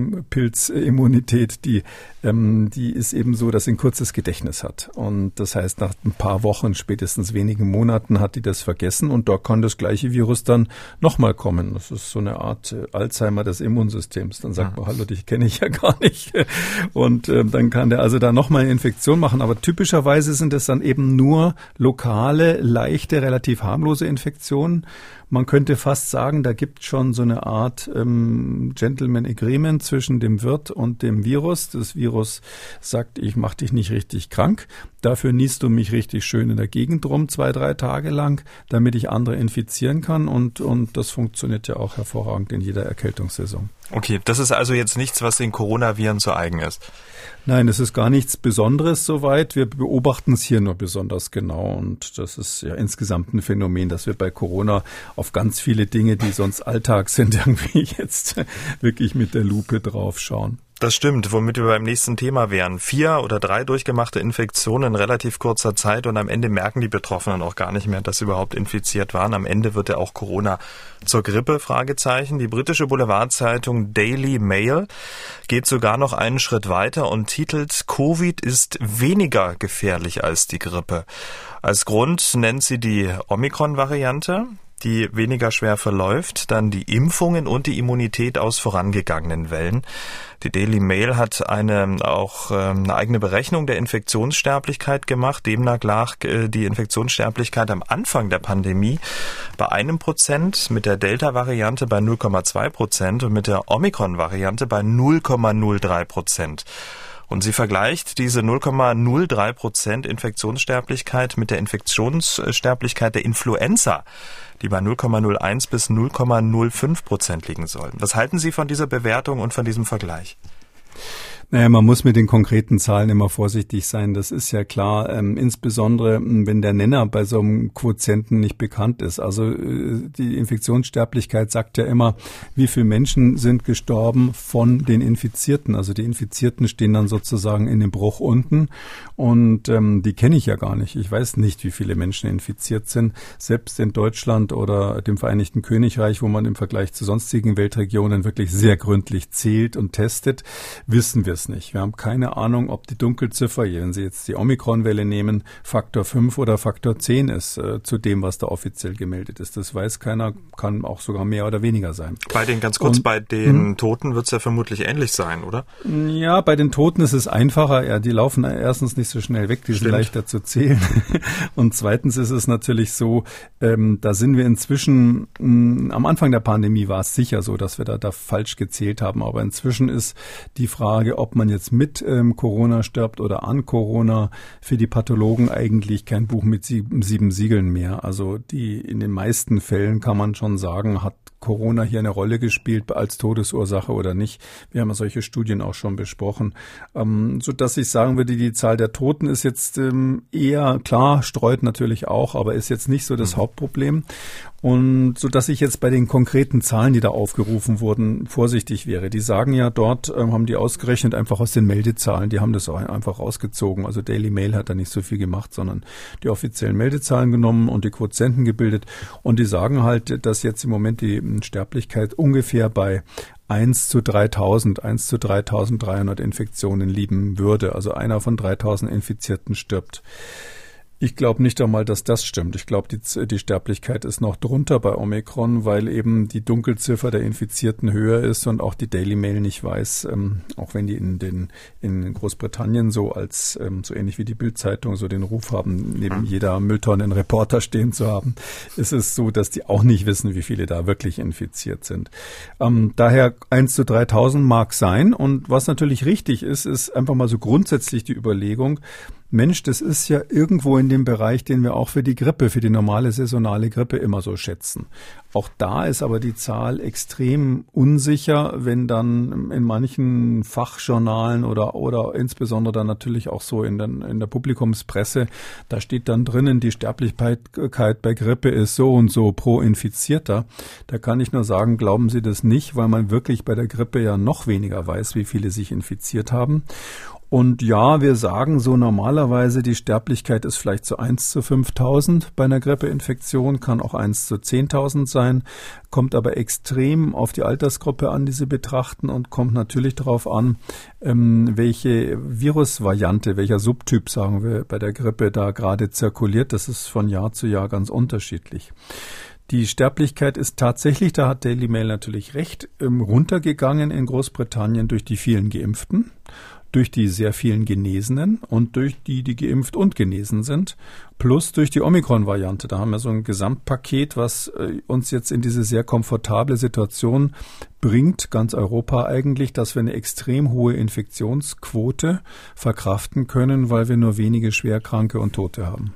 Schleimpilzimmunität, die, ähm, die ist eben so, dass sie ein kurzes Gedächtnis hat. Und das heißt, nach ein paar Wochen, spätestens wenigen Monaten hat die das vergessen und da kann das gleiche Virus dann nochmal kommen. Das ist so eine Art äh, Alzheimer des Immunsystems. Dann sagt man, hallo, dich kenne ich ja gar nicht. Und äh, dann kann der also da nochmal eine Infektion machen. Aber typischerweise sind es dann eben nur lokale, leichte, relativ harmlose Infektionen. Man könnte fast sagen, da gibt es schon so eine Art ähm, Gentleman Agreement zwischen dem Wirt und dem Virus. Das Virus sagt, ich mache dich nicht richtig krank. Dafür niest du mich richtig schön in der Gegend rum, zwei, drei Tage lang, damit ich andere infizieren kann. Und, und das funktioniert ja auch hervorragend in jeder Erkältungssaison. Okay, das ist also jetzt nichts, was den Coronaviren zu eigen ist. Nein, das ist gar nichts Besonderes soweit. Wir beobachten es hier nur besonders genau. Und das ist ja insgesamt ein Phänomen, dass wir bei Corona auf ganz viele Dinge, die sonst Alltag sind, irgendwie jetzt wirklich mit der Lupe drauf schauen. Das stimmt, womit wir beim nächsten Thema wären. Vier oder drei durchgemachte Infektionen in relativ kurzer Zeit und am Ende merken die Betroffenen auch gar nicht mehr, dass sie überhaupt infiziert waren. Am Ende wird ja auch Corona zur Grippe, Fragezeichen. Die britische Boulevardzeitung Daily Mail geht sogar noch einen Schritt weiter und titelt, Covid ist weniger gefährlich als die Grippe. Als Grund nennt sie die Omikron-Variante, die weniger schwer verläuft, dann die Impfungen und die Immunität aus vorangegangenen Wellen. Die Daily Mail hat eine auch ähm, eine eigene Berechnung der Infektionssterblichkeit gemacht. Demnach lag äh, die Infektionssterblichkeit am Anfang der Pandemie bei einem Prozent, mit der Delta-Variante bei null Komma zwei Prozent und mit der Omikron-Variante bei null Komma null drei Prozent. Und sie vergleicht diese null Komma null drei Prozent Infektionssterblichkeit mit der Infektionssterblichkeit der Influenza, die bei null Komma null eins bis null Komma null fünf Prozent liegen sollen. Was halten Sie von dieser Bewertung und von diesem Vergleich? Naja, man muss mit den konkreten Zahlen immer vorsichtig sein. Das ist ja klar, ähm, insbesondere wenn der Nenner bei so einem Quotienten nicht bekannt ist. Also äh, die Infektionssterblichkeit sagt ja immer, wie viele Menschen sind gestorben von den Infizierten. Also die Infizierten stehen dann sozusagen in dem Bruch unten und ähm, die kenne ich ja gar nicht. Ich weiß nicht, wie viele Menschen infiziert sind. Selbst in Deutschland oder dem Vereinigten Königreich, wo man im Vergleich zu sonstigen Weltregionen wirklich sehr gründlich zählt und testet, wissen wir es nicht. Wir haben keine Ahnung, ob die Dunkelziffer, wenn Sie jetzt die Omikron-Welle nehmen, Faktor fünf oder Faktor zehn ist äh, zu dem, was da offiziell gemeldet ist. Das weiß keiner, kann auch sogar mehr oder weniger sein. Bei den, ganz kurz, Und, bei den mh. Toten wird es ja vermutlich ähnlich sein, oder? Ja, bei den Toten ist es einfacher. Ja, die laufen erstens nicht so schnell weg, die Stimmt. sind leichter zu zählen. Und zweitens ist es natürlich so, ähm, da sind wir inzwischen, mh, am Anfang der Pandemie war es sicher so, dass wir da, da falsch gezählt haben. Aber inzwischen ist die Frage, ob man jetzt mit ähm, Corona stirbt oder an Corona, für die Pathologen eigentlich kein Buch mit sieben, sieben Siegeln mehr. Also die in den meisten Fällen kann man schon sagen, hat Corona hier eine Rolle gespielt als Todesursache oder nicht. Wir haben ja solche Studien auch schon besprochen. Ähm, so dass ich sagen würde, die Zahl der Toten ist jetzt ähm, eher, klar, streut natürlich auch, aber ist jetzt nicht so das mhm. Hauptproblem. Und so dass ich jetzt bei den konkreten Zahlen, die da aufgerufen wurden, vorsichtig wäre. Die sagen ja dort, ähm, haben die ausgerechnet einfach aus den Meldezahlen, die haben das auch einfach rausgezogen. Also Daily Mail hat da nicht so viel gemacht, sondern die offiziellen Meldezahlen genommen und die Quotienten gebildet. Und die sagen halt, dass jetzt im Moment die Sterblichkeit ungefähr bei eins zu dreitausend, eins zu dreitausenddreihundert Infektionen liegen würde. Also einer von dreitausend Infizierten stirbt. Ich glaube nicht einmal, dass das stimmt. Ich glaube, die, die Sterblichkeit ist noch drunter bei Omikron, weil eben die Dunkelziffer der Infizierten höher ist und auch die Daily Mail nicht weiß, ähm, auch wenn die in den in Großbritannien so als ähm, so ähnlich wie die Bild-Zeitung so den Ruf haben, neben jeder Mülltonne einen Reporter stehen zu haben, ist es so, dass die auch nicht wissen, wie viele da wirklich infiziert sind. Ähm, daher eins zu dreitausend mag sein und was natürlich richtig ist, ist einfach mal so grundsätzlich die Überlegung, Mensch, das ist ja irgendwo in dem Bereich, den wir auch für die Grippe, für die normale saisonale Grippe immer so schätzen. Auch da ist aber die Zahl extrem unsicher, wenn dann in manchen Fachjournalen oder oder insbesondere dann natürlich auch so in, den, in der Publikumspresse, da steht dann drinnen, die Sterblichkeit bei Grippe ist so und so pro Infizierter. Da kann ich nur sagen, glauben Sie das nicht, weil man wirklich bei der Grippe ja noch weniger weiß, wie viele sich infiziert haben. Und ja, wir sagen so normalerweise, die Sterblichkeit ist vielleicht so eins zu fünftausend bei einer Grippeinfektion, kann auch eins zu zehntausend sein, kommt aber extrem auf die Altersgruppe an, die Sie betrachten und kommt natürlich darauf an, ähm, welche Virusvariante, welcher Subtyp, sagen wir, bei der Grippe da gerade zirkuliert. Das ist von Jahr zu Jahr ganz unterschiedlich. Die Sterblichkeit ist tatsächlich, da hat Daily Mail natürlich recht, runtergegangen in Großbritannien durch die vielen Geimpften, durch die sehr vielen Genesenen und durch die, die geimpft und genesen sind, plus durch die Omikron-Variante. Da haben wir so ein Gesamtpaket, was uns jetzt in diese sehr komfortable Situation bringt, ganz Europa eigentlich, dass wir eine extrem hohe Infektionsquote verkraften können, weil wir nur wenige Schwerkranke und Tote haben.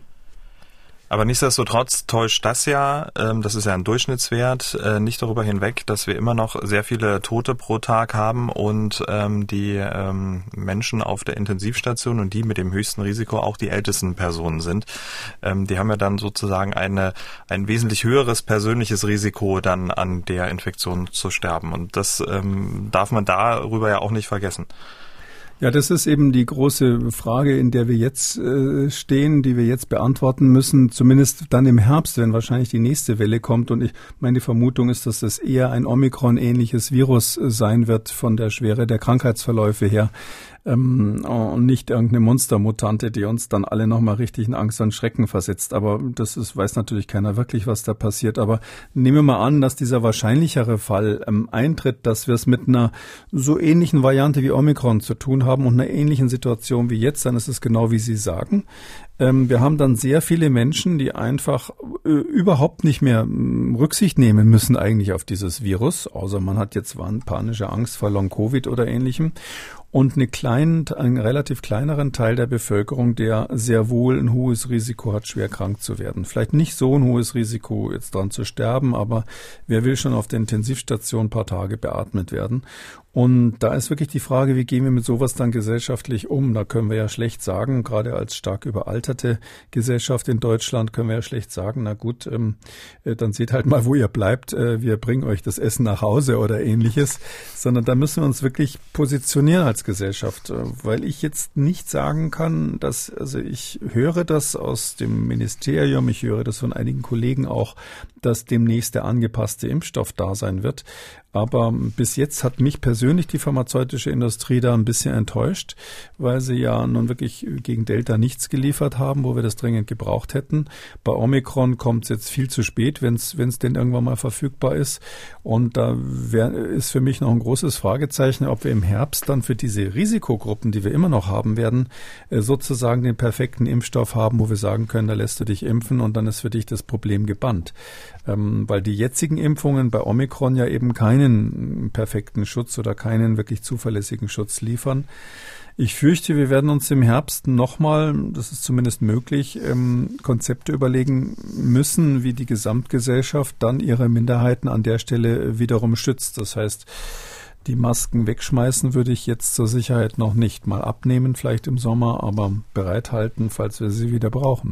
Aber nichtsdestotrotz täuscht das ja, ähm, das ist ja ein Durchschnittswert, äh, nicht darüber hinweg, dass wir immer noch sehr viele Tote pro Tag haben und ähm, die ähm, Menschen auf der Intensivstation und die mit dem höchsten Risiko auch die ältesten Personen sind. Ähm, die haben ja dann sozusagen eine ein wesentlich höheres persönliches Risiko, dann an der Infektion zu sterben. Und das ähm, darf man darüber ja auch nicht vergessen. Ja, das ist eben die große Frage, in der wir jetzt äh, stehen, die wir jetzt beantworten müssen, zumindest dann im Herbst, wenn wahrscheinlich die nächste Welle kommt. Und ich meine Vermutung ist, dass das eher ein Omikron-ähnliches Virus sein wird von der Schwere der Krankheitsverläufe her. Ähm, und nicht irgendeine Monstermutante, die uns dann alle nochmal richtig in Angst und Schrecken versetzt. Aber das ist, weiß natürlich keiner wirklich, was da passiert. Aber nehmen wir mal an, dass dieser wahrscheinlichere Fall ähm, eintritt, dass wir es mit einer so ähnlichen Variante wie Omikron zu tun haben und einer ähnlichen Situation wie jetzt, dann ist es genau wie Sie sagen. Ähm, wir haben dann sehr viele Menschen, die einfach äh, überhaupt nicht mehr äh, Rücksicht nehmen müssen eigentlich auf dieses Virus, außer man hat jetzt panische Angst vor Long-Covid oder Ähnlichem. Und eine kleinen, einen relativ kleineren Teil der Bevölkerung, der sehr wohl ein hohes Risiko hat, schwer krank zu werden. Vielleicht nicht so ein hohes Risiko, jetzt dran zu sterben, aber wer will schon auf der Intensivstation ein paar Tage beatmet werden? Und da ist wirklich die Frage, wie gehen wir mit sowas dann gesellschaftlich um? Da können wir ja schlecht sagen, gerade als stark überalterte Gesellschaft in Deutschland können wir ja schlecht sagen, na gut, ähm, äh, dann seht halt mal, wo ihr bleibt, äh, wir bringen euch das Essen nach Hause oder Ähnliches, sondern da müssen wir uns wirklich positionieren als Gesellschaft, äh, weil ich jetzt nicht sagen kann, dass, also ich höre das aus dem Ministerium, ich höre das von einigen Kollegen auch, dass demnächst der angepasste Impfstoff da sein wird. Aber bis jetzt hat mich persönlich die pharmazeutische Industrie da ein bisschen enttäuscht, weil sie ja nun wirklich gegen Delta nichts geliefert haben, wo wir das dringend gebraucht hätten. Bei Omikron kommt es jetzt viel zu spät, wenn es wenn es denn irgendwann mal verfügbar ist. Und da wär, ist für mich noch ein großes Fragezeichen, ob wir im Herbst dann für diese Risikogruppen, die wir immer noch haben werden, sozusagen den perfekten Impfstoff haben, wo wir sagen können, da lässt du dich impfen und dann ist für dich das Problem gebannt. Ähm, weil die jetzigen Impfungen bei Omikron ja eben keinen perfekten Schutz oder keinen wirklich zuverlässigen Schutz liefern. Ich fürchte, wir werden uns im Herbst nochmal, das ist zumindest möglich, ähm, Konzepte überlegen müssen, wie die Gesamtgesellschaft dann ihre Minderheiten an der Stelle wiederum schützt. Das heißt, die Masken wegschmeißen würde ich jetzt zur Sicherheit noch nicht. Mal abnehmen vielleicht im Sommer, aber bereithalten, falls wir sie wieder brauchen.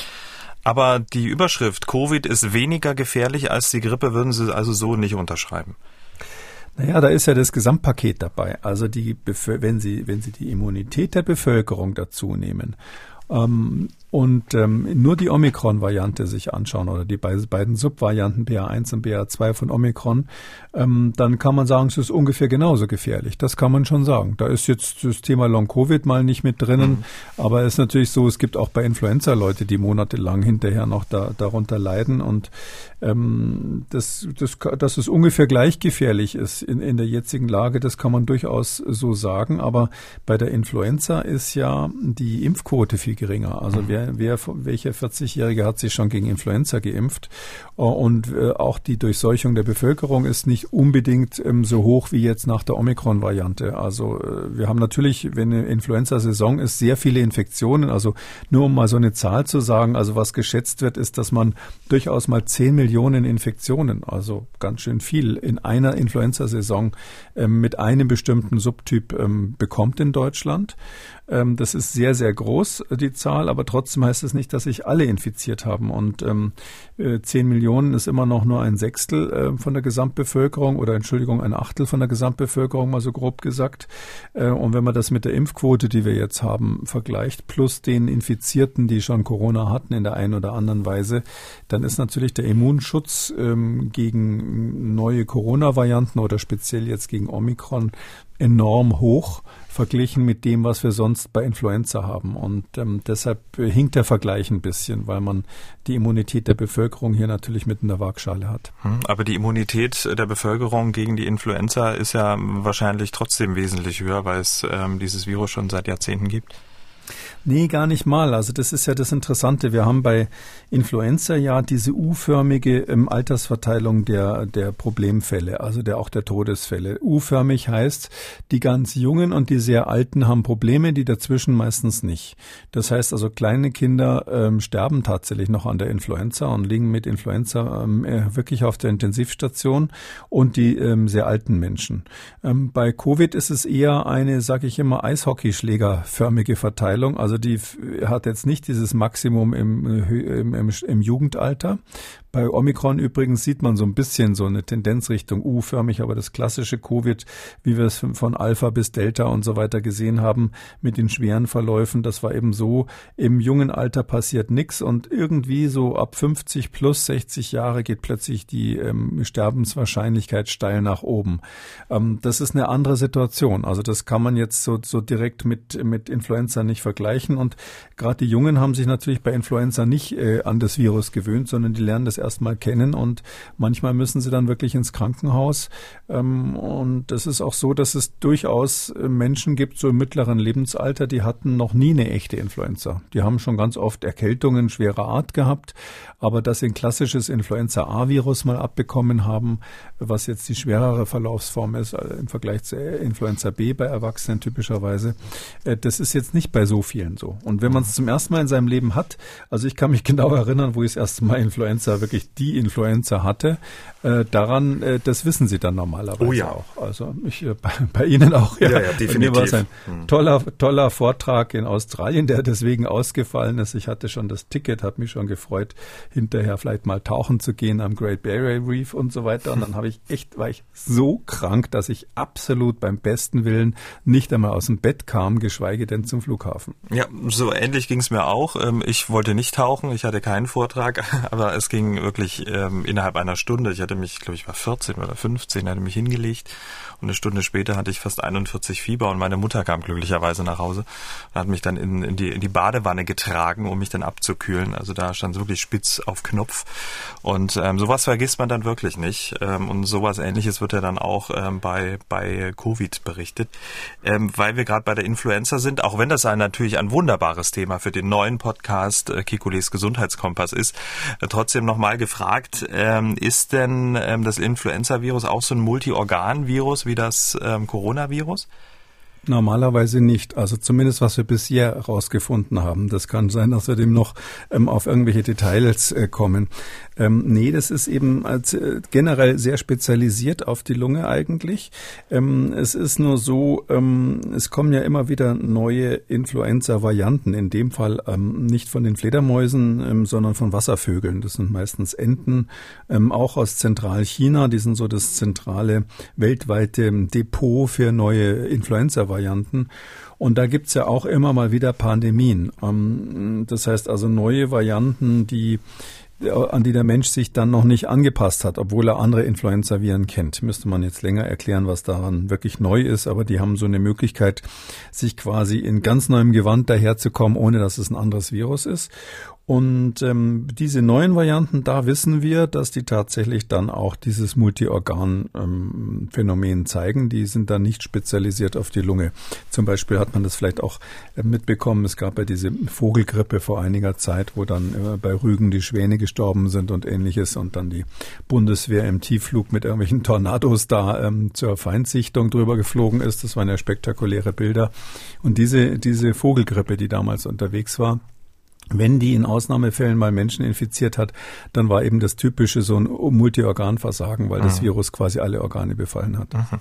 Aber die Überschrift Covid ist weniger gefährlich als die Grippe, würden Sie also so nicht unterschreiben? Naja, da ist ja das Gesamtpaket dabei. Also die, wenn Sie, wenn Sie die Immunität der Bevölkerung dazu nehmen, ähm, und ähm, nur die Omikron-Variante sich anschauen oder die be- beiden Subvarianten B A eins und B A zwei von Omikron, ähm, dann kann man sagen, es ist ungefähr genauso gefährlich. Das kann man schon sagen. Da ist jetzt das Thema Long-Covid mal nicht mit drinnen, mhm. aber es ist natürlich so, es gibt auch bei Influenza Leute, die monatelang hinterher noch da, darunter leiden und ähm, das, das, dass es ungefähr gleich gefährlich ist in, in der jetzigen Lage, das kann man durchaus so sagen, aber bei der Influenza ist ja die Impfquote viel geringer. Also wer wer, wer welcher vierzig-Jährige hat sich schon gegen Influenza geimpft. Und auch die Durchseuchung der Bevölkerung ist nicht unbedingt so hoch wie jetzt nach der Omikron-Variante. Also wir haben natürlich, wenn eine Influenza-Saison ist, sehr viele Infektionen. Also nur um mal so eine Zahl zu sagen, also was geschätzt wird, ist, dass man durchaus mal zehn Millionen Infektionen, also ganz schön viel, in einer Influenza-Saison ähm, mit einem bestimmten Subtyp ähm, bekommt in Deutschland. Ähm, das ist sehr, sehr groß, die Zahl, aber trotzdem heißt es nicht, dass sich alle infiziert haben. Und ähm, zehn Millionen ist immer noch nur ein Sechstel äh, von der Gesamtbevölkerung oder Entschuldigung, ein Achtel von der Gesamtbevölkerung, mal so grob gesagt. Äh, und wenn man das mit der Impfquote, die wir jetzt haben, vergleicht, plus den Infizierten, die schon Corona hatten in der einen oder anderen Weise, dann ist natürlich der Immunschutz ähm, gegen neue Corona-Varianten oder speziell jetzt gegen Omikron enorm hoch verglichen mit dem, was wir sonst bei Influenza haben. Und ähm, deshalb hinkt der Vergleich ein bisschen, weil man die Immunität der Bevölkerung hier natürlich mit in der Waagschale hat. Aber die Immunität der Bevölkerung gegen die Influenza ist ja wahrscheinlich trotzdem wesentlich höher, weil es ähm, dieses Virus schon seit Jahrzehnten gibt. Nee, gar nicht mal. Also das ist ja das Interessante. Wir haben bei Influenza ja diese U-förmige ähm, Altersverteilung der der Problemfälle, also der auch der Todesfälle. U-förmig heißt, die ganz Jungen und die sehr Alten haben Probleme, die dazwischen meistens nicht. Das heißt also, kleine Kinder ähm, sterben tatsächlich noch an der Influenza und liegen mit Influenza ähm, wirklich auf der Intensivstation und die ähm, sehr alten Menschen. Ähm, bei Covid ist es eher eine, sage ich immer, Eishockeyschlägerförmige Verteilung. Also die hat jetzt nicht dieses Maximum im, im, im, im Jugendalter. Bei Omikron übrigens sieht man so ein bisschen so eine Tendenz Richtung U-förmig, aber das klassische Covid, wie wir es von Alpha bis Delta und so weiter gesehen haben, mit den schweren Verläufen, das war eben so, im jungen Alter passiert nichts und irgendwie so ab fünfzig plus sechzig Jahre geht plötzlich die ähm, Sterbenswahrscheinlichkeit steil nach oben. Ähm, das ist eine andere Situation. Also das kann man jetzt so, so direkt mit, mit Influenza nicht vergleichen und gerade die Jungen haben sich natürlich bei Influenza nicht äh, an das Virus gewöhnt, sondern die lernen das erstmal kennen und manchmal müssen sie dann wirklich ins Krankenhaus. Ähm, und das ist auch so, dass es durchaus Menschen gibt, so im mittleren Lebensalter, die hatten noch nie eine echte Influenza. Die haben schon ganz oft Erkältungen schwerer Art gehabt, aber dass sie ein klassisches Influenza-A-Virus mal abbekommen haben, was jetzt die schwerere Verlaufsform ist äh, im Vergleich zu Influenza B bei Erwachsenen typischerweise, äh, das ist jetzt nicht bei so vielen so. Und wenn man es zum ersten Mal in seinem Leben hat, also ich kann mich genau erinnern, wo ich das erste Mal Influenza wirklich die Influenza hatte, äh, daran, äh, das wissen Sie dann normalerweise oh ja. auch. Also ich, äh, bei, bei Ihnen auch. Ja, ja, ja definitiv. Bei mir war es ein hm. toller, toller Vortrag in Australien, der deswegen ausgefallen ist. Ich hatte schon das Ticket, habe mich schon gefreut, hinterher vielleicht mal tauchen zu gehen am Great Barrier Reef und so weiter. Und dann habe ich echt, war ich so krank, dass ich absolut beim besten Willen nicht einmal aus dem Bett kam, geschweige denn zum Flughafen. Ja, so ähnlich ging es mir auch. Ich wollte nicht tauchen, ich hatte keinen Vortrag, aber es ging wirklich ähm, innerhalb einer Stunde. Ich hatte mich, glaube ich, war vierzehn oder fünfzehn, hatte mich hingelegt und eine Stunde später hatte ich fast einundvierzig Fieber und meine Mutter kam glücklicherweise nach Hause und hat mich dann in, in, die, in die Badewanne getragen, um mich dann abzukühlen. Also da stand es wirklich spitz auf Knopf und ähm, sowas vergisst man dann wirklich nicht ähm, und sowas Ähnliches wird ja dann auch ähm, bei, bei Covid berichtet. Ähm, weil wir gerade bei der Influenza sind, auch wenn das ein, natürlich ein wunderbares Thema für den neuen Podcast äh, Kekules Gesundheitskompass ist, äh, trotzdem nochmal gefragt, ähm, ist denn ähm, das Influenza-Virus auch so ein Multiorgan-Virus wie das ähm, Coronavirus? Normalerweise nicht. Also zumindest, was wir bisher herausgefunden haben. Das kann sein, dass wir dem noch ähm, auf irgendwelche Details äh, kommen. Ähm, nee, das ist eben als, äh, generell sehr spezialisiert auf die Lunge eigentlich. Ähm, es ist nur so, ähm, es kommen ja immer wieder neue Influenza-Varianten. In dem Fall ähm, nicht von den Fledermäusen, ähm, sondern von Wasservögeln. Das sind meistens Enten, ähm, auch aus Zentralchina. Die sind so das zentrale weltweite Depot für neue Influenza-Varianten. Varianten. Und da gibt's ja auch immer mal wieder Pandemien. Das heißt also neue Varianten, die an die der Mensch sich dann noch nicht angepasst hat, obwohl er andere Influenza-Viren kennt. Müsste man jetzt länger erklären, was daran wirklich neu ist, aber die haben so eine Möglichkeit, sich quasi in ganz neuem Gewand daherzukommen, ohne dass es ein anderes Virus ist. Und ähm, diese neuen Varianten, da wissen wir, dass die tatsächlich dann auch dieses Multiorgan-Phänomen ähm, zeigen. Die sind dann nicht spezialisiert auf die Lunge. Zum Beispiel hat man das vielleicht auch äh, mitbekommen. Es gab ja diese Vogelgrippe vor einiger Zeit, wo dann äh, bei Rügen die Schwäne gestorben sind und Ähnliches und dann die Bundeswehr im Tiefflug mit irgendwelchen Tornados da ähm, zur Feindsichtung drüber geflogen ist. Das waren ja spektakuläre Bilder. Und diese, diese Vogelgrippe, die damals unterwegs war, wenn die in Ausnahmefällen mal Menschen infiziert hat, dann war eben das typische so ein Multiorganversagen, weil mhm. das Virus quasi alle Organe befallen hat. Mhm.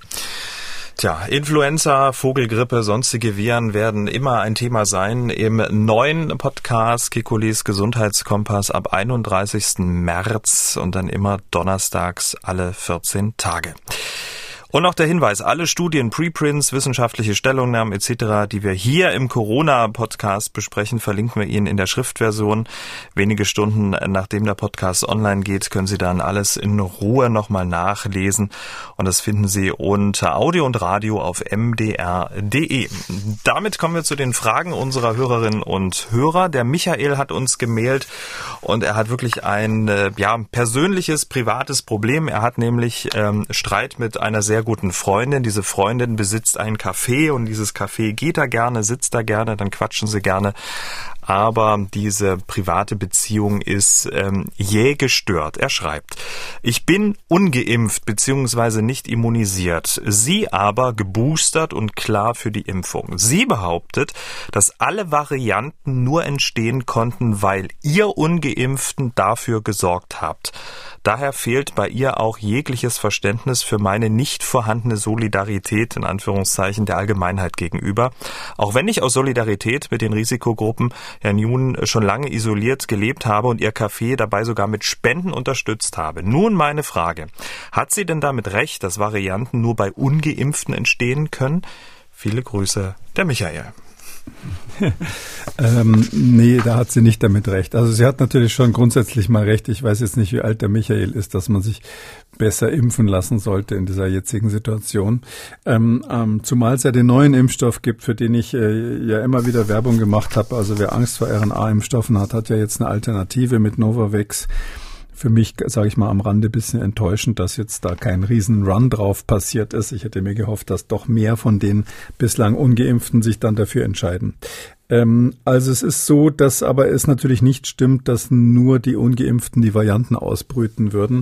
Tja, Influenza, Vogelgrippe, sonstige Viren werden immer ein Thema sein im neuen Podcast Kekules Gesundheitskompass ab einunddreißigsten März und dann immer donnerstags alle vierzehn Tage. Und noch der Hinweis, alle Studien, Preprints, wissenschaftliche Stellungnahmen et cetera, die wir hier im Corona-Podcast besprechen, verlinken wir Ihnen in der Schriftversion. Wenige Stunden nachdem der Podcast online geht, können Sie dann alles in Ruhe nochmal nachlesen. Und das finden Sie unter Audio und Radio auf m d r punkt d e. Damit kommen wir zu den Fragen unserer Hörerinnen und Hörer. Der Michael hat uns gemailt und er hat wirklich ein ja, persönliches, privates Problem. Er hat nämlich ähm, Streit mit einer sehr guten Freundin. Diese Freundin besitzt ein Café und dieses Café geht da gerne, sitzt da gerne, dann quatschen sie gerne. Aber diese private Beziehung ist ähm, jäh gestört. Er schreibt, ich bin ungeimpft bzw. nicht immunisiert, sie aber geboostert und klar für die Impfung. Sie behauptet, dass alle Varianten nur entstehen konnten, weil ihr Ungeimpften dafür gesorgt habt. Daher fehlt bei ihr auch jegliches Verständnis für meine nicht vorhandene Solidarität, in Anführungszeichen, der Allgemeinheit gegenüber. Auch wenn ich aus Solidarität mit den Risikogruppen ja nun schon lange isoliert gelebt habe und ihr Café dabei sogar mit Spenden unterstützt habe. Nun meine Frage. Hat sie denn damit recht, dass Varianten nur bei Ungeimpften entstehen können? Viele Grüße, der Michael. ähm, nee, da hat sie nicht damit recht. Also sie hat natürlich schon grundsätzlich mal recht. Ich weiß jetzt nicht, wie alt der Michael ist, dass man sich besser impfen lassen sollte in dieser jetzigen Situation. Ähm, ähm, zumal es ja den neuen Impfstoff gibt, für den ich äh, ja immer wieder Werbung gemacht habe. Also wer Angst vor R N A-Impfstoffen hat, hat ja jetzt eine Alternative mit Novavax. Für mich, sage ich mal, am Rande ein bisschen enttäuschend, dass jetzt da kein Riesen-Run drauf passiert ist. Ich hätte mir gehofft, dass doch mehr von den bislang Ungeimpften sich dann dafür entscheiden. Ähm, also es ist so, dass aber es natürlich nicht stimmt, dass nur die Ungeimpften die Varianten ausbrüten würden,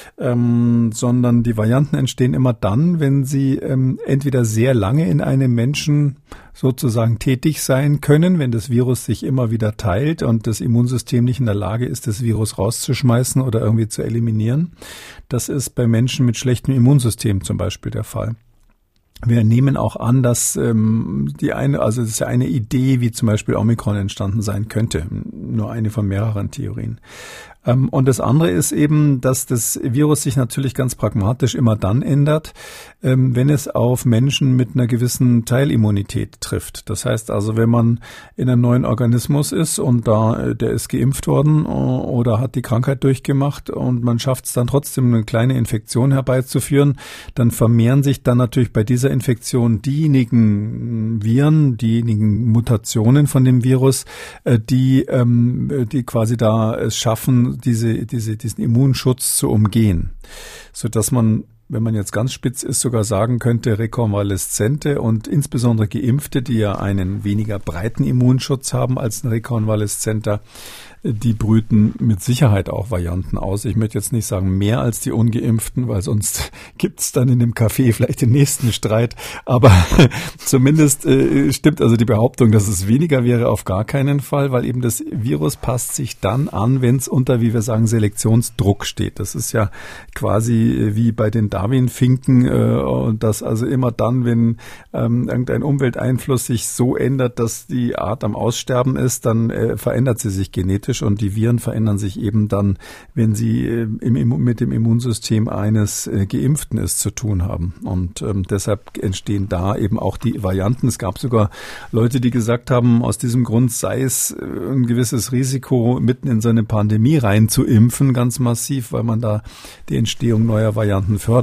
ähm, sondern die Varianten entstehen immer dann, wenn sie ähm, entweder sehr lange in einem Menschen sozusagen tätig sein können, wenn das Virus sich immer wieder teilt und das Immunsystem nicht in der Lage ist, das Virus rauszuschmeißen oder irgendwie zu eliminieren. Das ist bei Menschen mit schlechtem Immunsystem zum Beispiel der Fall. Wir nehmen auch an, dass ähm, die eine, also das ist ja eine Idee, wie zum Beispiel Omikron entstanden sein könnte. Nur eine von mehreren Theorien. Ähm, und das andere ist eben, dass das Virus sich natürlich ganz pragmatisch immer dann ändert, ähm, wenn es auf Menschen mit einer gewissen Teilimmunität trifft. Das heißt also, wenn man in einem neuen Organismus ist und da der ist geimpft worden oder hat die Krankheit durchgemacht und man schafft es dann trotzdem, eine kleine Infektion herbeizuführen, dann vermehren sich dann natürlich bei dieser Infektion diejenigen Viren, diejenigen Mutationen von dem Virus, die, ähm, die quasi da es schaffen, diese, diese, diesen Immunschutz zu umgehen, so dass man, wenn man jetzt ganz spitz ist, sogar sagen könnte, Rekonvaleszente und insbesondere Geimpfte, die ja einen weniger breiten Immunschutz haben als ein Rekonvaleszenter, die brüten mit Sicherheit auch Varianten aus. Ich möchte jetzt nicht sagen mehr als die Ungeimpften, weil sonst gibt es dann in dem Café vielleicht den nächsten Streit. Aber zumindest äh, stimmt also die Behauptung, dass es weniger wäre, auf gar keinen Fall, weil eben das Virus passt sich dann an, wenn es unter, wie wir sagen, Selektionsdruck steht. Das ist ja quasi wie bei den Darwin-Finken, äh, und das also immer dann, wenn ähm, irgendein Umwelteinfluss sich so ändert, dass die Art am Aussterben ist, dann äh, verändert sie sich genetisch. Und die Viren verändern sich eben dann, wenn sie äh, im, mit dem Immunsystem eines äh, Geimpften es zu tun haben. Und ähm, deshalb entstehen da eben auch die Varianten. Es gab sogar Leute, die gesagt haben, aus diesem Grund sei es äh, ein gewisses Risiko, mitten in so eine Pandemie rein zu impfen, ganz massiv, weil man da die Entstehung neuer Varianten fördert.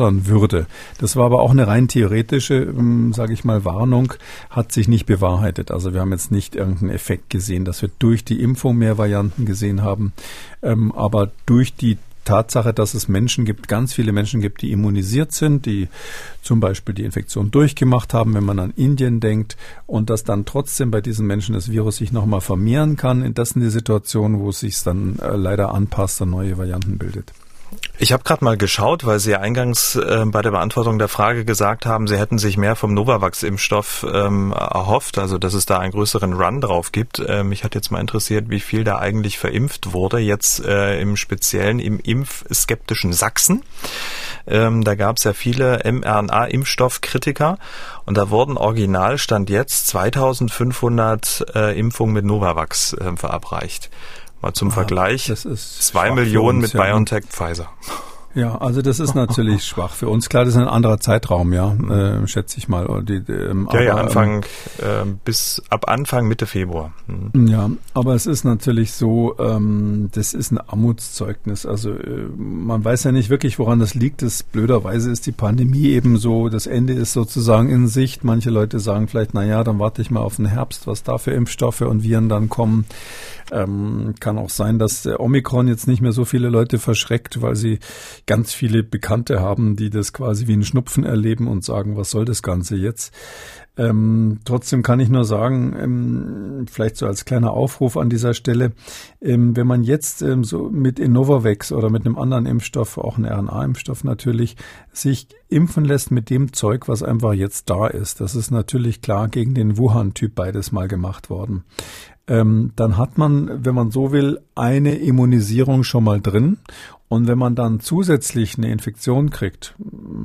fördern würde. Das war aber auch eine rein theoretische, sage ich mal, Warnung, hat sich nicht bewahrheitet. Also wir haben jetzt nicht irgendeinen Effekt gesehen, dass wir durch die Impfung mehr Varianten gesehen haben, ähm, aber durch die Tatsache, dass es Menschen gibt, ganz viele Menschen gibt, die immunisiert sind, die zum Beispiel die Infektion durchgemacht haben, wenn man an Indien denkt, und dass dann trotzdem bei diesen Menschen das Virus sich nochmal vermehren kann. Das sind die Situationen, wo es sich dann äh, leider anpasst und neue Varianten bildet. Ich habe gerade mal geschaut, weil Sie ja eingangs äh, bei der Beantwortung der Frage gesagt haben, Sie hätten sich mehr vom Novavax-Impfstoff ähm, erhofft, also dass es da einen größeren Run drauf gibt. Äh, mich hat jetzt mal interessiert, wie viel da eigentlich verimpft wurde, jetzt äh, im Speziellen im impfskeptischen Sachsen. Ähm, da gab es ja viele mRNA-Impfstoffkritiker und da wurden original Stand jetzt zweitausendfünfhundert äh, Impfungen mit Novavax äh, verabreicht. Mal zum ah, Vergleich, zwei Millionen mit ja. BioNTech, Pfizer. Ja, also das ist natürlich schwach für uns. Klar, das ist ein anderer Zeitraum, ja, äh, schätze ich mal. Die, ähm, ja, aber, ja, Anfang, äh, bis ab Anfang, Mitte Februar. Mhm. Ja, aber es ist natürlich so, ähm, das ist ein Armutszeugnis. Also äh, man weiß ja nicht wirklich, woran das liegt. Das blöderweise ist die Pandemie eben so, das Ende ist sozusagen in Sicht. Manche Leute sagen vielleicht, na ja, dann warte ich mal auf den Herbst, was da für Impfstoffe und Viren dann kommen. Ähm, kann auch sein, dass der Omikron jetzt nicht mehr so viele Leute verschreckt, weil sie ganz viele Bekannte haben, die das quasi wie einen Schnupfen erleben und sagen, was soll das Ganze jetzt? Ähm, trotzdem kann ich nur sagen, ähm, vielleicht so als kleiner Aufruf an dieser Stelle, ähm, wenn man jetzt ähm, so mit Novavax oder mit einem anderen Impfstoff, auch einem R N A-Impfstoff natürlich, sich impfen lässt mit dem Zeug, was einfach jetzt da ist. Das ist natürlich klar gegen den Wuhan-Typ beides mal gemacht worden. Ähm, dann hat man, wenn man so will, eine Immunisierung schon mal drin. Und wenn man dann zusätzlich eine Infektion kriegt,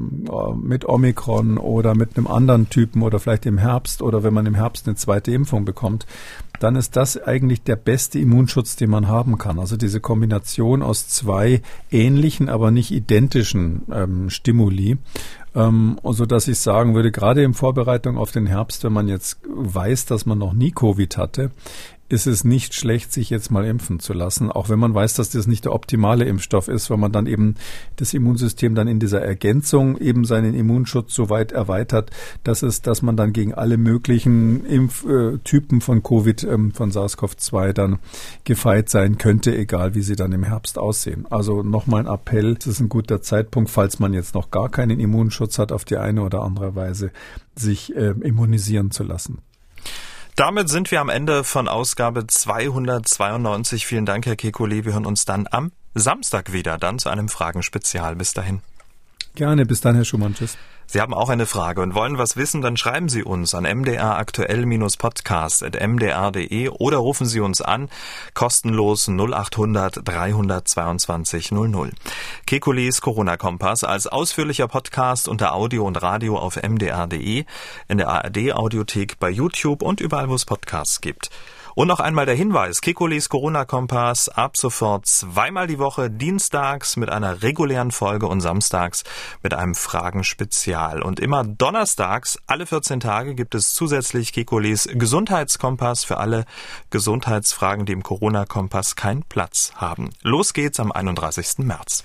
mit Omikron oder mit einem anderen Typen oder vielleicht im Herbst oder wenn man im Herbst eine zweite Impfung bekommt, dann ist das eigentlich der beste Immunschutz, den man haben kann. Also diese Kombination aus zwei ähnlichen, aber nicht identischen ähm, Stimuli. Ähm, so dass ich sagen würde, gerade in Vorbereitung auf den Herbst, wenn man jetzt weiß, dass man noch nie Covid hatte, ist es nicht schlecht, sich jetzt mal impfen zu lassen, auch wenn man weiß, dass das nicht der optimale Impfstoff ist, weil man dann eben das Immunsystem dann in dieser Ergänzung eben seinen Immunschutz so weit erweitert, dass es, dass man dann gegen alle möglichen Impftypen von Covid, von SARS-C o V zwei dann gefeit sein könnte, egal wie sie dann im Herbst aussehen. Also nochmal ein Appell, es ist ein guter Zeitpunkt, falls man jetzt noch gar keinen Immunschutz hat, auf die eine oder andere Weise sich äh, immunisieren zu lassen. Damit sind wir am Ende von Ausgabe zweihundertzweiundneunzig. Vielen Dank, Herr Kekulé. Wir hören uns dann am Samstag wieder, dann zu einem Fragenspezial. Bis dahin. Gerne, bis dann, Herr Schumann. Tschüss. Sie haben auch eine Frage und wollen was wissen, dann schreiben Sie uns an m d r aktuell podcast at m d r punkt d e oder rufen Sie uns an, kostenlos null achthundert dreihundertzweiundzwanzig null null. Kekulés Corona-Kompass als ausführlicher Podcast unter Audio und Radio auf m d r punkt d e, in der A R D-Audiothek, bei YouTube und überall, wo es Podcasts gibt. Und noch einmal der Hinweis, Kekulés Corona-Kompass ab sofort zweimal die Woche, dienstags mit einer regulären Folge und samstags mit einem Fragenspezial. Und immer donnerstags, alle vierzehn Tage, gibt es zusätzlich Kekulés Gesundheitskompass für alle Gesundheitsfragen, die im Corona-Kompass keinen Platz haben. Los geht's am einunddreißigsten März.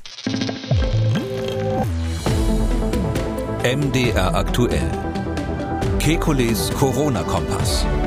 M D R aktuell. Kekulés Corona-Kompass.